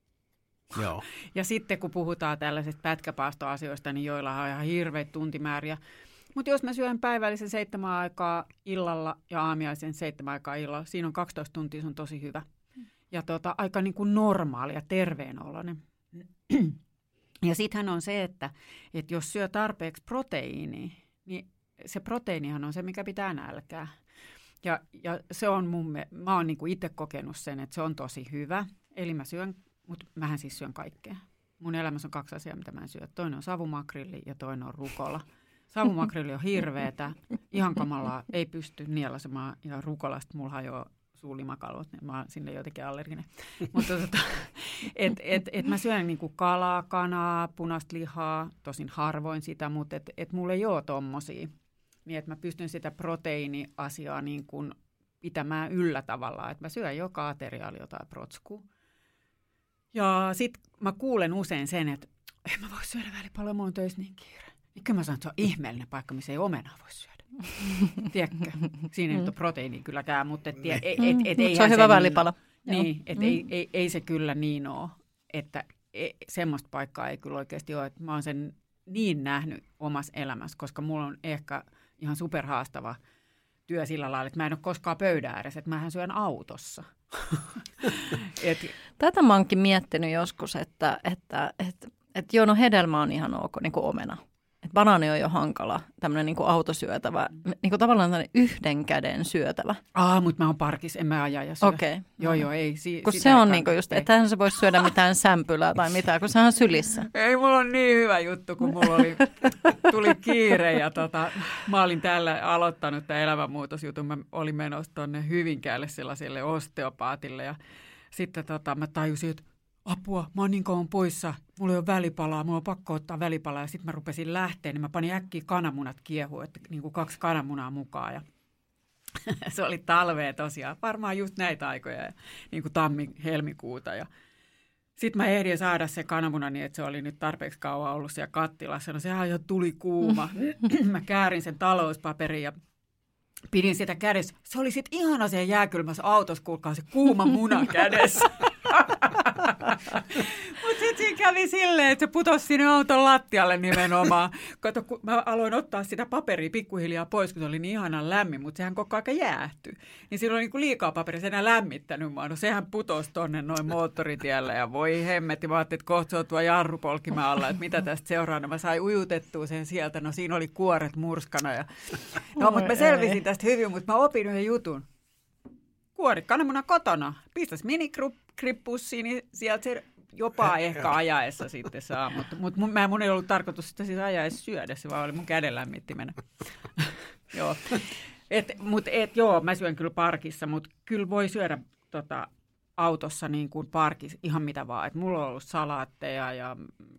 Joo. Ja sitten kun puhutaan tällaisista pätkäpaastoasioista, niin joilla on ihan hirveitä tuntimääriä. Mutta jos mä syön päivällisen seitsemän aikaa illalla ja aamiaisen seitsemän aikaa illalla, siinä on kaksitoista tuntia, se on tosi hyvä. Ja tota, aika niin kuin normaali ja terveenoloinen. Ja sittenhän on se, että, että jos syö tarpeeksi proteiiniä, niin se proteiinihan on se, mikä pitää nälkää. Ja, ja se on mun, mä oon niin kuin itse kokenut sen, että se on tosi hyvä. Eli mä syön, mutta mähän siis syön kaikkea. Mun elämässä on kaksi asiaa, mitä mä en syö. Toinen on savumakrilli ja toinen on rukola. Savumakrilli on hirveetä, ihan kamalaa, ei pysty nielasemaan ja rukolasta mulla hajoaa suulimakalvot, niin mä oon sinne jotenkin allerginen. Mutta tota, et, et, et mä syön niinku kalaa, kanaa, punaista lihaa, tosin harvoin sitä, mutta et, et mulla ei ole tommosia. Niin että mä pystyn sitä proteiiniasiaa niin kuin pitämään yllä tavallaan, että mä syön joka ateriaali jotain protskua. Ja sit mä kuulen usein sen, että en mä voi syödä välipaloa, mulla on töissä niin kiire. Niin kyllä mä sanon, että se on ihmeellinen paikka, missä ei omenaa voi syödä. Tiedätkö? Siinä ei mm. ole proteiinia kylläkään, mutta et, et, et, et, et, mm, se on hyvä se välipala. Niin, niin että mm. ei, ei, ei se kyllä niin ole, että ei, semmoista paikkaa ei kyllä oikeasti ole. Että mä oon sen niin nähnyt omassa elämässä, koska mulla on ehkä ihan superhaastava työ sillä lailla, että mä en ole koskaan pöydän ääressä, että mähän syön autossa. Et, Tätä mä oonkin miettinyt joskus, että, että, että, että joo, no hedelmä on ihan ok, niin kuin omena. Et banaani on jo hankala, tämmöinen niin kuin autosyötävä, niin kuin tavallaan tämmöinen yhden käden syötävä. Aa, mutta mä oon parkissa, en mä aja ja syö. Okei. Okay. Joo, joo, ei. Si- kun se on niin kuin just, että se voisi syödä mitään sämpylää tai mitään, kun se on sylissä. Ei, mulla on niin hyvä juttu, kun mulla oli, tuli kiire ja tota, mä olin täällä aloittanut tämän elämänmuutosjutun. Mä olin menossa tuonne Hyvinkäälle sellaiselle osteopaatille ja sitten tota, mä tajusin, että apua, mä oon niin kauan poissa, mulla ei ole välipalaa, mulla on pakko ottaa välipalaa. Ja sitten mä rupesin lähteä, niin mä panin äkkiä kananmunat kiehua, että niin kuin kaksi kananmunaa mukaan. Ja se oli talvea tosiaan, varmaan just näitä aikoja, ja niin kuin tammi-helmikuuta. Ja sitten mä ehdin saada se kananmuna niin, että se oli nyt tarpeeksi kauan ollut siellä kattilassa. No sehän jo tuli kuuma. Mä käärin sen talouspaperin ja pidin sitä kädessä. Se oli sitten ihana siellä jääkylmässä autossa, kuulkaa se kuuma muna kädessä. Mutta sitten siinä kävi silleen, että se putosi sinne auton lattialle nimenomaan. Kato, kun mä aloin ottaa sitä paperia pikkuhiljaa pois, kun se oli niin ihanan lämmin, mutta sehän koko ajan jäähtyi. Niin silloin oli niin kuin liikaa paperia, se enää lämmittänyt mua. No sehän putosi tonne noin moottoritielle ja voi hemmetti. Mä ajattelin, että kohta se on tuo jarrupolkima alla, että mitä tästä seuraa. No mä sain ujutettua sen sieltä, no siinä oli kuoret murskana. Ja... No mutta mä selvisin tästä hyvin, mutta mä opin yhden jutun. Kuori kananmuna kotona, pistäisi minikrippussiin, niin sieltä se jopa ehkä ajaessa sitten saa. Mutta mut mun, mun ei ollut tarkoitus sitä siis ajaa edes syödä, se vaan oli mun käden lämmittimenä. Joo. Et, mut et, joo, mä syön kyllä parkissa, mutta kyllä voi syödä tota, autossa niin kuin parkissa ihan mitä vaan. Et mulla on ollut salaatteja ja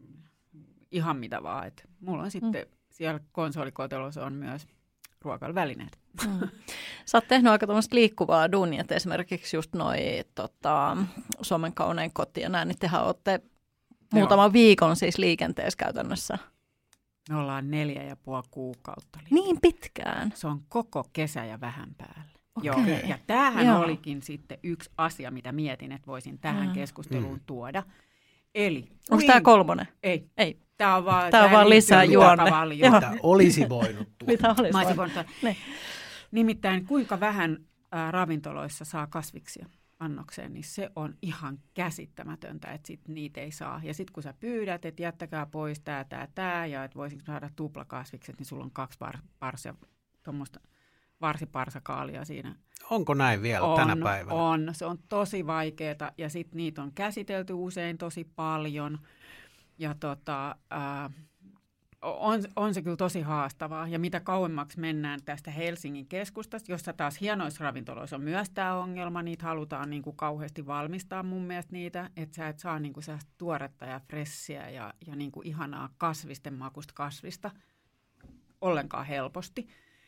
ihan mitä vaan. Et mulla on sitten mm. siellä konsolikotelossa on myös ruokailuvälineet. Mm. Sä oot tehnyt aika tuommoista liikkuvaa duunia, että esimerkiksi just noi tota, Suomen kaunein koti ja näin, niin tehän ootte muutaman viikon siis liikenteessä käytännössä. Me ollaan neljä ja puoli kuukautta. Niin pitkään? Se on koko kesä ja vähän päälle. Okay. Joo. Ja tämähän Joo. olikin sitten yksi asia, mitä mietin, että voisin tähän mm. keskusteluun mm. tuoda. Eli... Onko tämä kolmonen? Ei. Ei. Tämä on vaan, tämä on vaan lisää juonne. Mitä olisi voinut tuoda. Mitä olisi voinut? Ne. Nimittäin kuinka vähän ää, ravintoloissa saa kasviksia annokseen, niin se on ihan käsittämätöntä, että sit niitä ei saa. Ja sitten kun sä pyydät, että jättäkää pois tää, tää, tää, ja että voisinko saada tuplakasvikset, niin sulla on kaksi par, parsia, tuommoista varsiparsakaalia siinä. Onko näin vielä on, tänä päivänä? On, se on tosi vaikeaa, ja sitten niitä on käsitelty usein tosi paljon, ja tota... Ää, On, on se kyllä tosi haastavaa, ja mitä kauemmaksi mennään tästä Helsingin keskustasta, jossa taas hienoissa ravintoloissa on myös tämä ongelma, niitä halutaan niin kuin kauheasti valmistaa mun mielestä niitä, että sä et saa niin kuin sellaista tuoretta ja fressiä ja, ja niin kuin ihanaa kasvisten makusta kasvista ollenkaan helposti.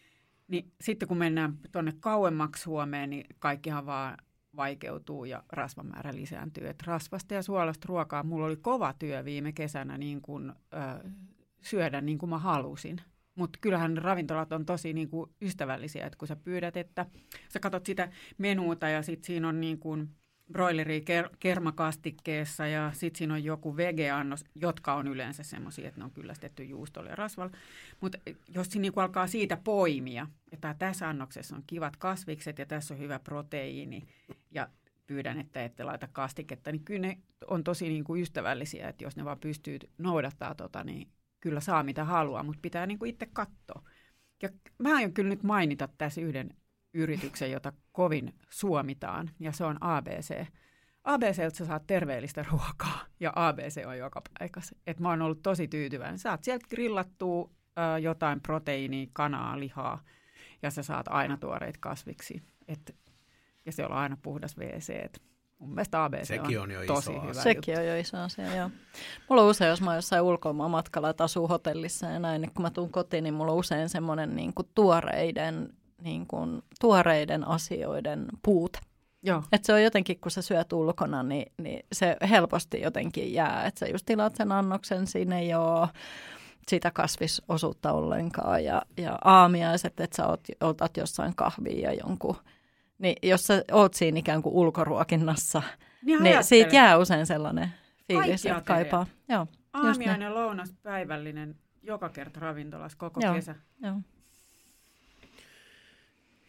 Niin sitten kun mennään tuonne kauemmaksi Suomeen, niin kaikkihan vaan vaikeutuu ja rasvamäärä lisääntyy. Et rasvasta ja suolasta ruokaa, mulla oli kova työ viime kesänä niin kuin... Ö, syödä niin kuin mä halusin. Mutta kyllähän ravintolat on tosi niin kuin ystävällisiä, että kun sä pyydät, että sä katsot sitä menuuta ja sitten siinä on niin kuin broileri ker- kermakastikkeessa ja sitten siinä on joku vegeannos, jotka on yleensä semmoisia, että ne on kyllästetty juustolla ja rasvalla. Mutta jos siinä niin kuin alkaa siitä poimia, että tässä annoksessa on kivat kasvikset ja tässä on hyvä proteiini ja pyydän, että ette laita kastiketta, niin kyllä ne on tosi niin kuin ystävällisiä, että jos ne vaan pystyy noudattaa tota, niin kyllä saa mitä haluaa, mutta pitää niin kuin itse katsoa. Ja mä aion kyllä nyt mainita tässä yhden yrityksen, jota kovin suomitaan, ja se on A B C. A B C:ltä sä saat terveellistä ruokaa, ja A B C on joka paikassa. Et mä oon ollut tosi tyytyväinen. Saat sieltä grillattua äh, jotain proteiinia, kanaa, lihaa, ja sä saat aina tuoreita kasviksi. Et, ja se on aina puhdas W C. Et mun mielestä A B C Sekin on, on jo tosi iso hyvä asia. Sekin on jo iso asia, joo. Mulla on usein, jos mä oon jossain ulkomaan matkalla, että asuu hotellissa ja näin, niin kun mä tuun kotiin, niin mulla on usein semmoinen niin kuin tuoreiden, niin kuin, tuoreiden asioiden puute. Joo. Että se on jotenkin, kun sä syöt ulkona, niin, niin se helposti jotenkin jää. Että sä just tilaat sen annoksen, siinä ei ole sitä kasvisosuutta ollenkaan ja, ja aamiaiset, että sä oot, otat jossain kahvia ja jonkun. Niin jos sä oot siinä ikään kuin ulkoruokinnassa, niin, niin siitä jää usein sellainen fiilis, että kaipaa. Joo, aamiainen, lounas, päivällinen, joka kerta ravintolassa koko joo, kesä. Joo.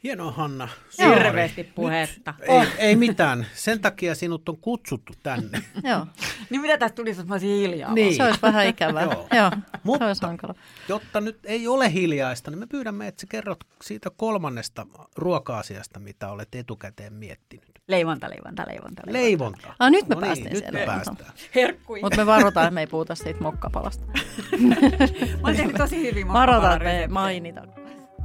Hienoa, Hanna. Hirveästi puhetta. Nyt, ei, ei mitään. Sen takia sinut on kutsuttu tänne. Joo. Niin mitä tästä tulisi, että mä olisin hiljaa? Niin. Se olisi vähän ikävää. Joo. Joo, Mutta se olisi hankala. jotta nyt ei ole hiljaista, niin me pyydämme, että sä kerrot siitä kolmannesta ruoka-asiasta, mitä olet etukäteen miettinyt. Leivonta, leivonta, leivonta. Leivonta. Ah, nyt me no päästiin niin, siellä. Nyt me päästään. Herkkuja. Mutta me varotaan, että me ei puhuta siitä mokkapalasta. Mä oon tehnyt tosi hyvin Varotaan, että me mokkapalareseptejä. mainitaan.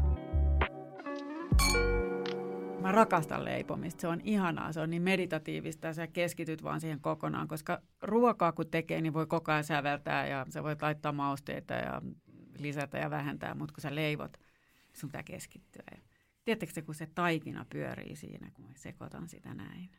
Mä rakastan leipomista. Se on ihanaa. Se on niin meditatiivista ja sä keskityt vaan siihen kokonaan, koska ruokaa kun tekee, niin voi koko ajan säveltää ja sä voit laittaa mausteita ja lisätä ja vähentää, mutta kun sä leivot, sun pitää keskittyä. Ja tiedättekö se, kun se taikina pyörii siinä, kun mä sekoitan sitä näin?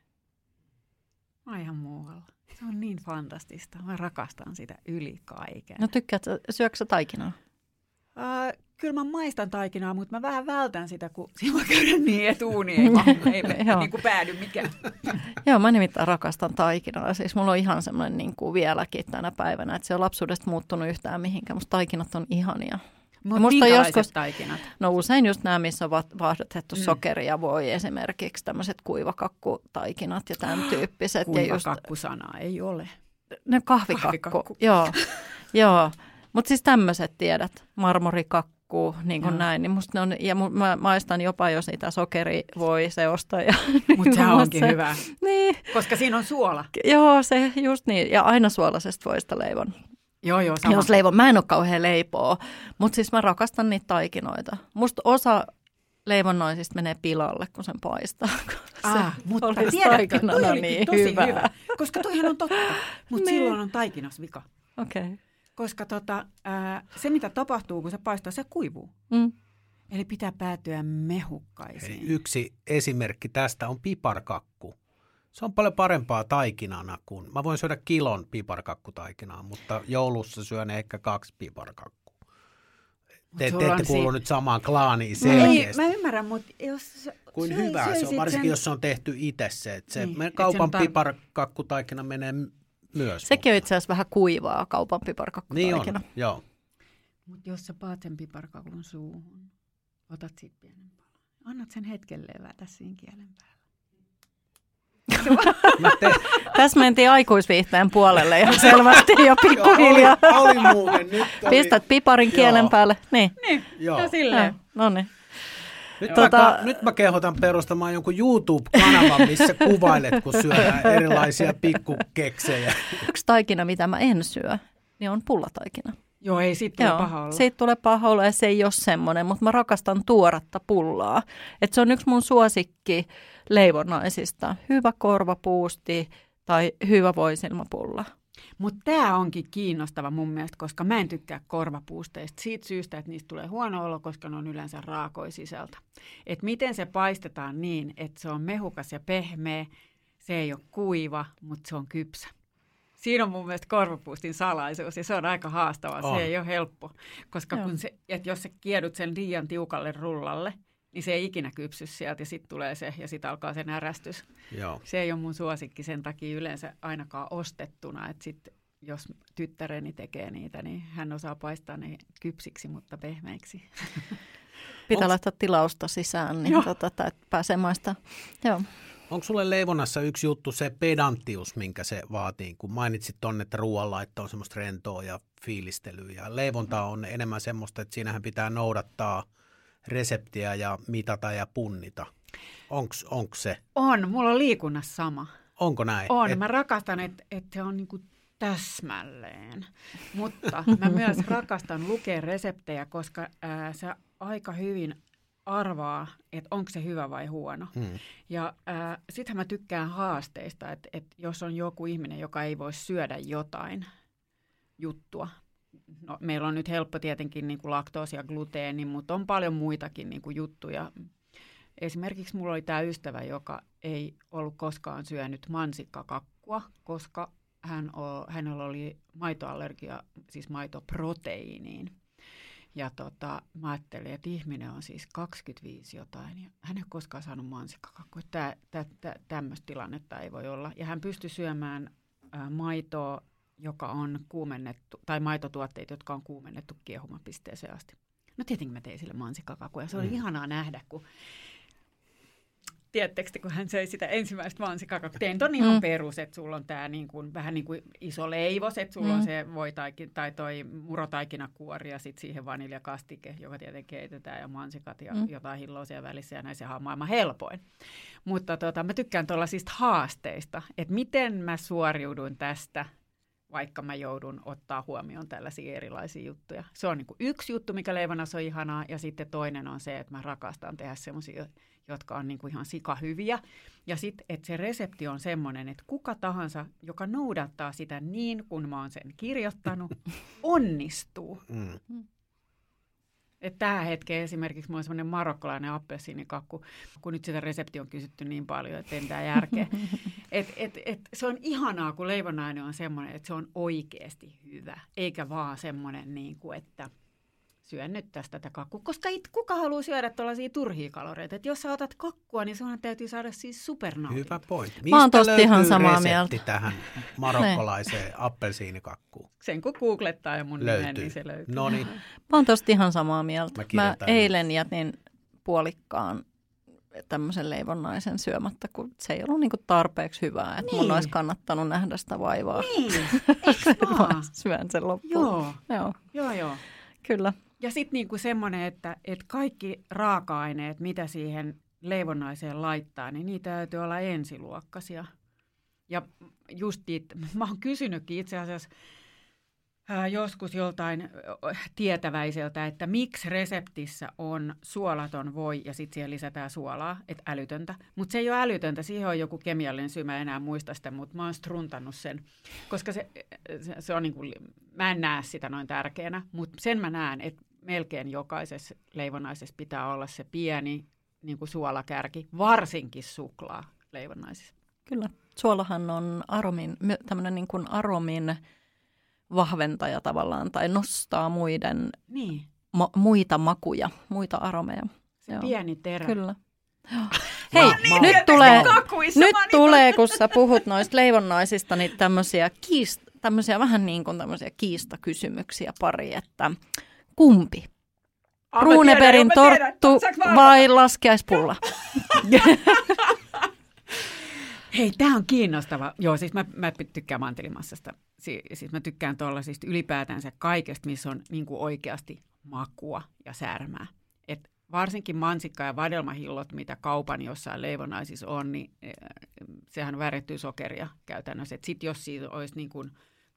Mä oon ihan muualla. Se on niin fantastista. Mä rakastan sitä yli kaiken. No tykkäät, syöksä sä taikinaa? Äh, kyllä mä maistan taikinaa, mutta mä vähän vältän sitä, kun siinä voi käydä niin, että uuni ei, mahdu, ei niin kuin päädy mikään. Joo, mä nimittäin rakastan taikinaa. Siis mulla on ihan semmoinen niin kuin vieläkin tänä päivänä, että se on lapsuudesta muuttunut yhtään mihinkään. Musta taikinat on ihania. Mutta minkälaiset joskus, taikinat? No usein just nämä, missä on vaahdotettu mm. sokeri ja voi esimerkiksi tämmöiset kuivakakkutaikinat ja tämän tyyppiset. Kuivakakkusanaa ei ole. Ne kahvikakku, kahvikakku. joo. joo. Mutta siis tämmöiset tiedät, marmorikakku, niin kuin näin. Niin musta ne on, ja mä maistan jopa jo sitä sokerivoiseosta. Mutta se onkin se, hyvä, niin. Koska siinä on suola. Joo, se just niin. Ja aina suolaisesta voista leivon. Joo, joo, sama. Jos leivon, mä en ole kauhean leipoa, mutta siis mä rakastan niitä taikinoita. Musta osa leivonnaisista menee pilalle, kun sen paistaa. Ah, mutta tiedätkö, toi olikin niin tosi hyvä. hyvä. Koska toihan on totta, mutta niin. Silloin on taikinas vika. Okei. Okay. Koska tota, ää, se, mitä tapahtuu, kun se paistaa, se kuivuu. Mm. Eli pitää päätyä mehukkaisiin. Hei, yksi esimerkki tästä on piparkakku. Se on paljon parempaa taikinana kuin, mä voin syödä kilon piparkakkutaikinaa, mutta joulussa syön ehkä kaksi piparkakkua. Te, te ette kuulu si- nyt samaan klaaniin selkeästi. Ei, mä ymmärrän, mutta jos... Kuin hyvä se on, varsinkin sen... jos se on tehty itse se. Että se niin, kaupan et piparkakkutaikina menee myös. Sekin on itse asiassa vähän kuivaa kaupan piparkakkutaikina. Niin on, joo. Mutta jos sä paat sen piparkakun suuhun, otat siitä pienen palan. Annat sen hetken levätä siinä kielen päällä. Te... Tässä mentiin aikuisviihteen puolelle ja selvästi jo pikkuhiljaa. oli, oli muuten. Nyt oli... Pistät piparin kielen Joo. päälle. Niin, niin. Joo. No silleen. No niin. Nyt, tota... nyt mä kehotan perustamaan jonkun YouTube-kanavan, missä kuvailet, kun syödään erilaisia pikkukeksejä. Yksi taikina, mitä mä en syö, niin on pullataikina. Joo, ei siitä tule paha olla. Siitä tulee paha olla ja se ei ole semmoinen, mutta mä rakastan tuoretta pullaa. Et se on yksi mun suosikki leivonnaisista. Hyvä korvapuusti tai hyvä voisilmapulla. Mutta tämä onkin kiinnostava mun mielestä, koska mä en tykkää korvapuusteista siitä syystä, että niistä tulee huono olo, koska ne on yleensä raakoja sisältä. Että miten se paistetaan niin, että se on mehukas ja pehmeä, se ei ole kuiva, mutta se on kypsä. Siinä on mun mielestä korvapuustin salaisuus ja se on aika haastavaa. Se ei ole helppo, koska kun se, että jos sä kiedut sen liian tiukalle rullalle, niin se ei ikinä kypsy sieltä ja sitten tulee se ja sitten alkaa se närästys. Joo. Se ei ole mun suosikki sen takia yleensä ainakaan ostettuna, että sitten jos tyttäreni tekee niitä, niin hän osaa paistaa ne kypsiksi, mutta pehmeiksi. Pitää Onks... laittaa tilausta sisään, niin tota, että pääsee maistaa. Joo. Onko sulle leivonnassa yksi juttu se pedanttius, minkä se vaatii, kun mainitsit tuonne, että ruoanlaitto on semmoista rentoa ja fiilistelyä ja leivonta on enemmän semmoista, että siinähän pitää noudattaa reseptiä ja mitata ja punnita. Onks, onks se? On, mulla on liikunnassa sama. Onko näin? On, Et... mä rakastan, että et se on niinku täsmälleen, mutta mä myös rakastan lukea reseptejä, koska ää, se aika hyvin arvaa, että onko se hyvä vai huono. Hmm. Ja äh, sittenhän mä tykkään haasteista, että, että jos on joku ihminen, joka ei voi syödä jotain juttua. No, meillä on nyt helppo tietenkin niin kuin laktoosi ja gluteeni, mutta on paljon muitakin niin kuin juttuja. Esimerkiksi mulla oli tämä ystävä, joka ei ollut koskaan syönyt mansikkakakkua, koska hän o, hänellä oli maitoallergia, siis maitoproteiiniin. Ja tota, mä ajattelin, että ihminen on siis kaksikymmentäviisi jotain ja hän ei ole koskaan saanut mansikkakakkua. Tää, tää, tää, tämmöistä tilannetta ei voi olla. Ja hän pystyi syömään ä, maitoa, joka on kuumennettu, tai maitotuotteita, jotka on kuumennettu kiehumapisteeseen asti. No tietenkin mä tein sille mansikkakakua ja se oli mm. ihanaa nähdä, kun Tiedättekö, kun hän söi sitä ensimmäistä mansikkakakua. Tein ton ihan mm. perus, että sulla on tää niin kuin, vähän niin kuin iso leivos, että sulla mm. on se voitaikin tai toi murotaikinakuori ja sitten siihen vaniljakastike, joka tietenkin keitetään ja mansikat ja mm. jotain hilloa siellä välissä ja näin, sehän on maailman helpoin. Mutta tota, mä tykkään tuollaisista haasteista, että miten mä suoriudun tästä, vaikka mä joudun ottaa huomioon tällaisia erilaisia juttuja. Se on niin kuin yksi juttu, mikä leivonnassa on ihanaa, ja sitten toinen on se, että mä rakastan tehdä semmoisia, jotka on niin kuin ihan sikahyviä. Ja sitten, että se resepti on semmoinen, että kuka tahansa, joka noudattaa sitä niin, kuin mä oon sen kirjoittanut, onnistuu. Mm. Että tähän hetkeen esimerkiksi mulla on semmoinen marokkolainen appelsiinikakku, kun nyt sitä reseptiä on kysytty niin paljon, että ei mitään järkeä. Et, et, et, se on ihanaa, kun leivonnainen on semmoinen, että se on oikeasti hyvä, eikä vaan semmoinen, niin kuin, että syön nyt tästä tätä kakkua. Koska it, kuka haluaa syödä tuollaisia turhia kaloreita? Että jos sä otat kakkua, niin sun täytyy saada siis supernautinto. Hyvä pointti. Mä oon Mistä ihan löytyy samaa resepti mieltä. tähän marokkolaiseen appelsiinikakkuun? Sen kun googlettaa ja mun löytyy. nimen, niin se löytyy. Noniin. Mä oon tosta ihan samaa mieltä. Mä, Mä eilen jätin puolikkaan tämmöisen leivonnaisen syömättä, kun se ei ollut niinku tarpeeksi hyvää, että niin. mun olisi kannattanut nähdä sitä vaivaa. Niin, eikö vaan? Syön sen loppuun. Joo, joo, joo. joo. Kyllä. Ja sitten niinku semmoinen, että, että kaikki raaka-aineet, mitä siihen leivonnaiseen laittaa, niin niitä täytyy olla ensiluokkaisia. Ja just niitä, mä oon kysynytkin itse asiassa ää, joskus joltain tietäväiseltä, että miksi reseptissä on suolaton voi ja sitten siihen lisätään suolaa, että älytöntä. Mutta se ei ole älytöntä, siihen on joku kemiallinen syy, mä en enää muista sitä, mutta mä oon struntannut sen. Koska se, se, se on niin kuin, mä en näe sitä noin tärkeänä, mutta sen mä näen, että melkein jokaisessa leivonnaisessa pitää olla se pieni niin kuin suolakärki, varsinkin suklaa leivonnaisissa. Kyllä. Suolahan on aromin, tämmöinen niin kuin aromin vahventaja tavallaan, tai nostaa muiden, niin. ma, muita makuja, muita aromeja. Se Joo. pieni terä. Kyllä. Hei, mä, mä, nyt, tulee, nyt tulee, kun sä puhut noista leivonnaisista, niin tämmöisiä, kiist, tämmöisiä vähän niin kuin tämmöisiä kiistakysymyksiä pari, että kumpi? Ah, Runebergin torttu vai laskiaispulla? Hei, tämä on kiinnostava. Joo, siis mä, mä tykkään mantelimassasta. Si- siis mä tykkään tuollaisista ylipäätänsä kaikesta, missä on niin kuin oikeasti makua ja särmää. Et varsinkin mansikka- ja vadelmahillot, mitä kaupan jossain leivonnaisissa on, niin eh, sehän on väärettyä sokeria käytännössä. Sitten jos siitä olisi niin kuin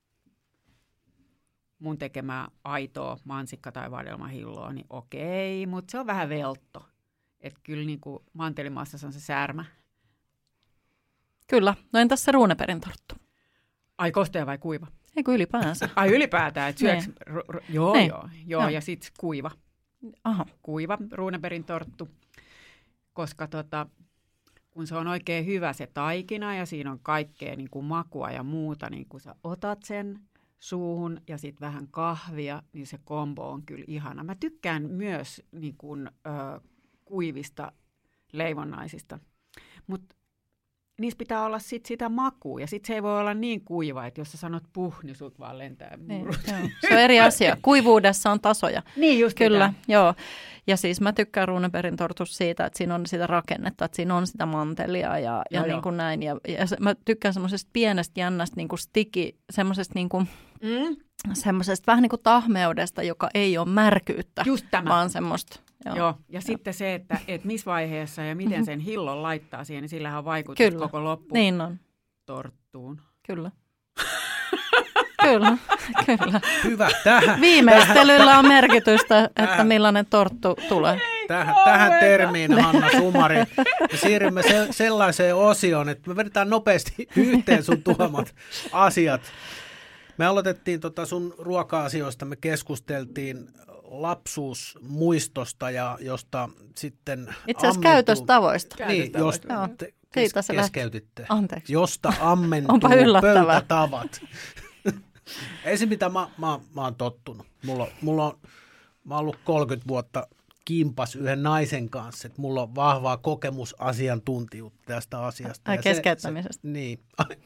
mun tekemää aitoa mansikka- tai vadelmahilloa, niin okei, mutta se on vähän veltto. Että kyllä niin kuin mantelimassassa on se särmä. Kyllä. No entäs se Runebergin torttu? Ai kostea vai kuiva? Eikö ylipäänsä? Ai ylipäätään, että syöks... R- r- joo, Nein. joo, joo. Ja sitten kuiva. Aha. Kuiva Runebergin torttu, koska tota, kun se on oikein hyvä se taikina ja siinä on kaikkea niin kuin makua ja muuta, niin kun sä otat sen suuhun ja sitten vähän kahvia, niin se kombo on kyllä ihana. Mä tykkään myös niin kuin, ö, kuivista leivonnaisista, mutta niissä pitää olla sit sitä makua, ja sitten se ei voi olla niin kuiva, että jos sä sanot puh, niin sut vaan lentää murut. Niin, se on eri asia. Kuivuudessa on tasoja. Niin just Kyllä, mitään. joo. Ja siis mä tykkään Runebergin tortussa siitä, että siinä on sitä rakennetta, että siinä on sitä mantelia ja, ja joo, niin kuin näin. Ja, ja se, mä tykkään semmoisesta pienestä jännästä niin kuin stiki, semmoisesta niin kuin, mm. semmoisesta vähän niin kuin tahmeudesta, joka ei ole märkyyttä, just tämä. vaan semmoista. Joo, joo. Ja joo. Sitten se, että et missä vaiheessa ja miten sen hillon laittaa siihen, niin sillähän on vaikutus Kyllä. koko loppu Niin on. torttuun. Kyllä. Kyllä, kyllä. Hyvä, tähän. Viimeistelyllä on merkitystä, että millainen torttu tulee. Tähän, tähän termiin, Hanna Sumari. Me siirrymme se, sellaiseen osioon, että me vedetään nopeasti yhteen sun tuomat asiat. Me aloitettiin tota sun ruoka-asioista, me keskusteltiin lapsuusmuistosta ja josta sitten itse asiassa käytöstavoista. Niin, josta te kes- keskeytitte. Anteeksi. Josta ammentuu pöytätavat. Ensin mitä mä, mä, mä oon tottunut. Mulla, mulla on, mä oon ollut kolmekymmentä vuotta kimpas yhden naisen kanssa, että mulla on vahvaa kokemusasiantuntijuutta tästä asiasta. Ai keskeyttämisestä. Se, se, niin.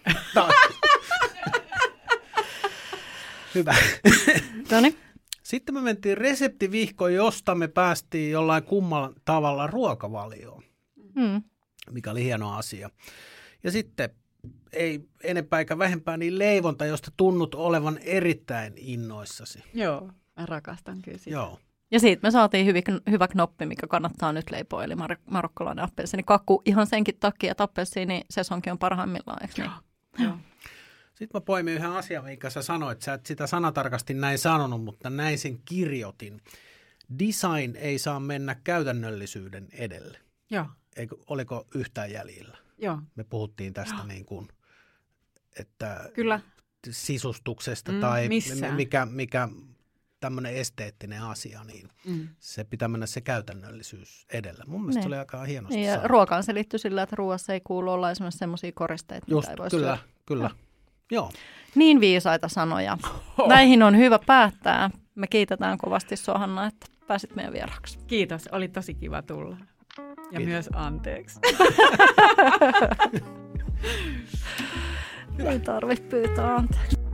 Hyvä. Noniin. Sitten me mentiin reseptivihkoon, josta me päästiin jollain kummalla tavalla ruokavalioon. Mm. mikä oli hieno asia. Ja sitten ei enempää eikä vähempää niin leivonta, josta tunnut olevan erittäin innoissasi. Joo, mä rakastan kyllä sitä. Joo. Ja siitä me saatiin hyvä, hyvä knoppi, mikä kannattaa nyt leipoa, eli mar- marokkolainen appelsiinikakku. Ihan senkin takia, että appelsiinisesonkin on parhaimmillaan, eikö niin? Joo. Joo. Sitten mä poimin yhden asian, minkä sä sanoit. Sä et sitä sanatarkasti näin sanonut, mutta näin sen kirjoitin. Design ei saa mennä käytännöllisyyden edelle. Joo. Eikö, oliko yhtään jäljellä? Joo. Me puhuttiin tästä niin kuin, että Kyllä. sisustuksesta Mm, tai missään. mikä, mikä tämmöinen esteettinen asia, niin Mm. se pitää mennä se käytännöllisyys edellä. Mun mielestä Ne. se oli aika hienosti Ja sanottu. ruokaan se liittyy sillä, että ruoassa ei kuulu olla esimerkiksi semmoisia koristeita, Just, mitä ei voi kyllä, syödä. kyllä. Joo. Niin viisaita sanoja. Näihin on hyvä päättää. Me kiitetään kovasti sua, Hanna, että pääsit meidän vieraaksi. Kiitos, oli tosi kiva tulla. Ja Kiitos. myös anteeksi. Ei tarvitse pyytää anteeksi.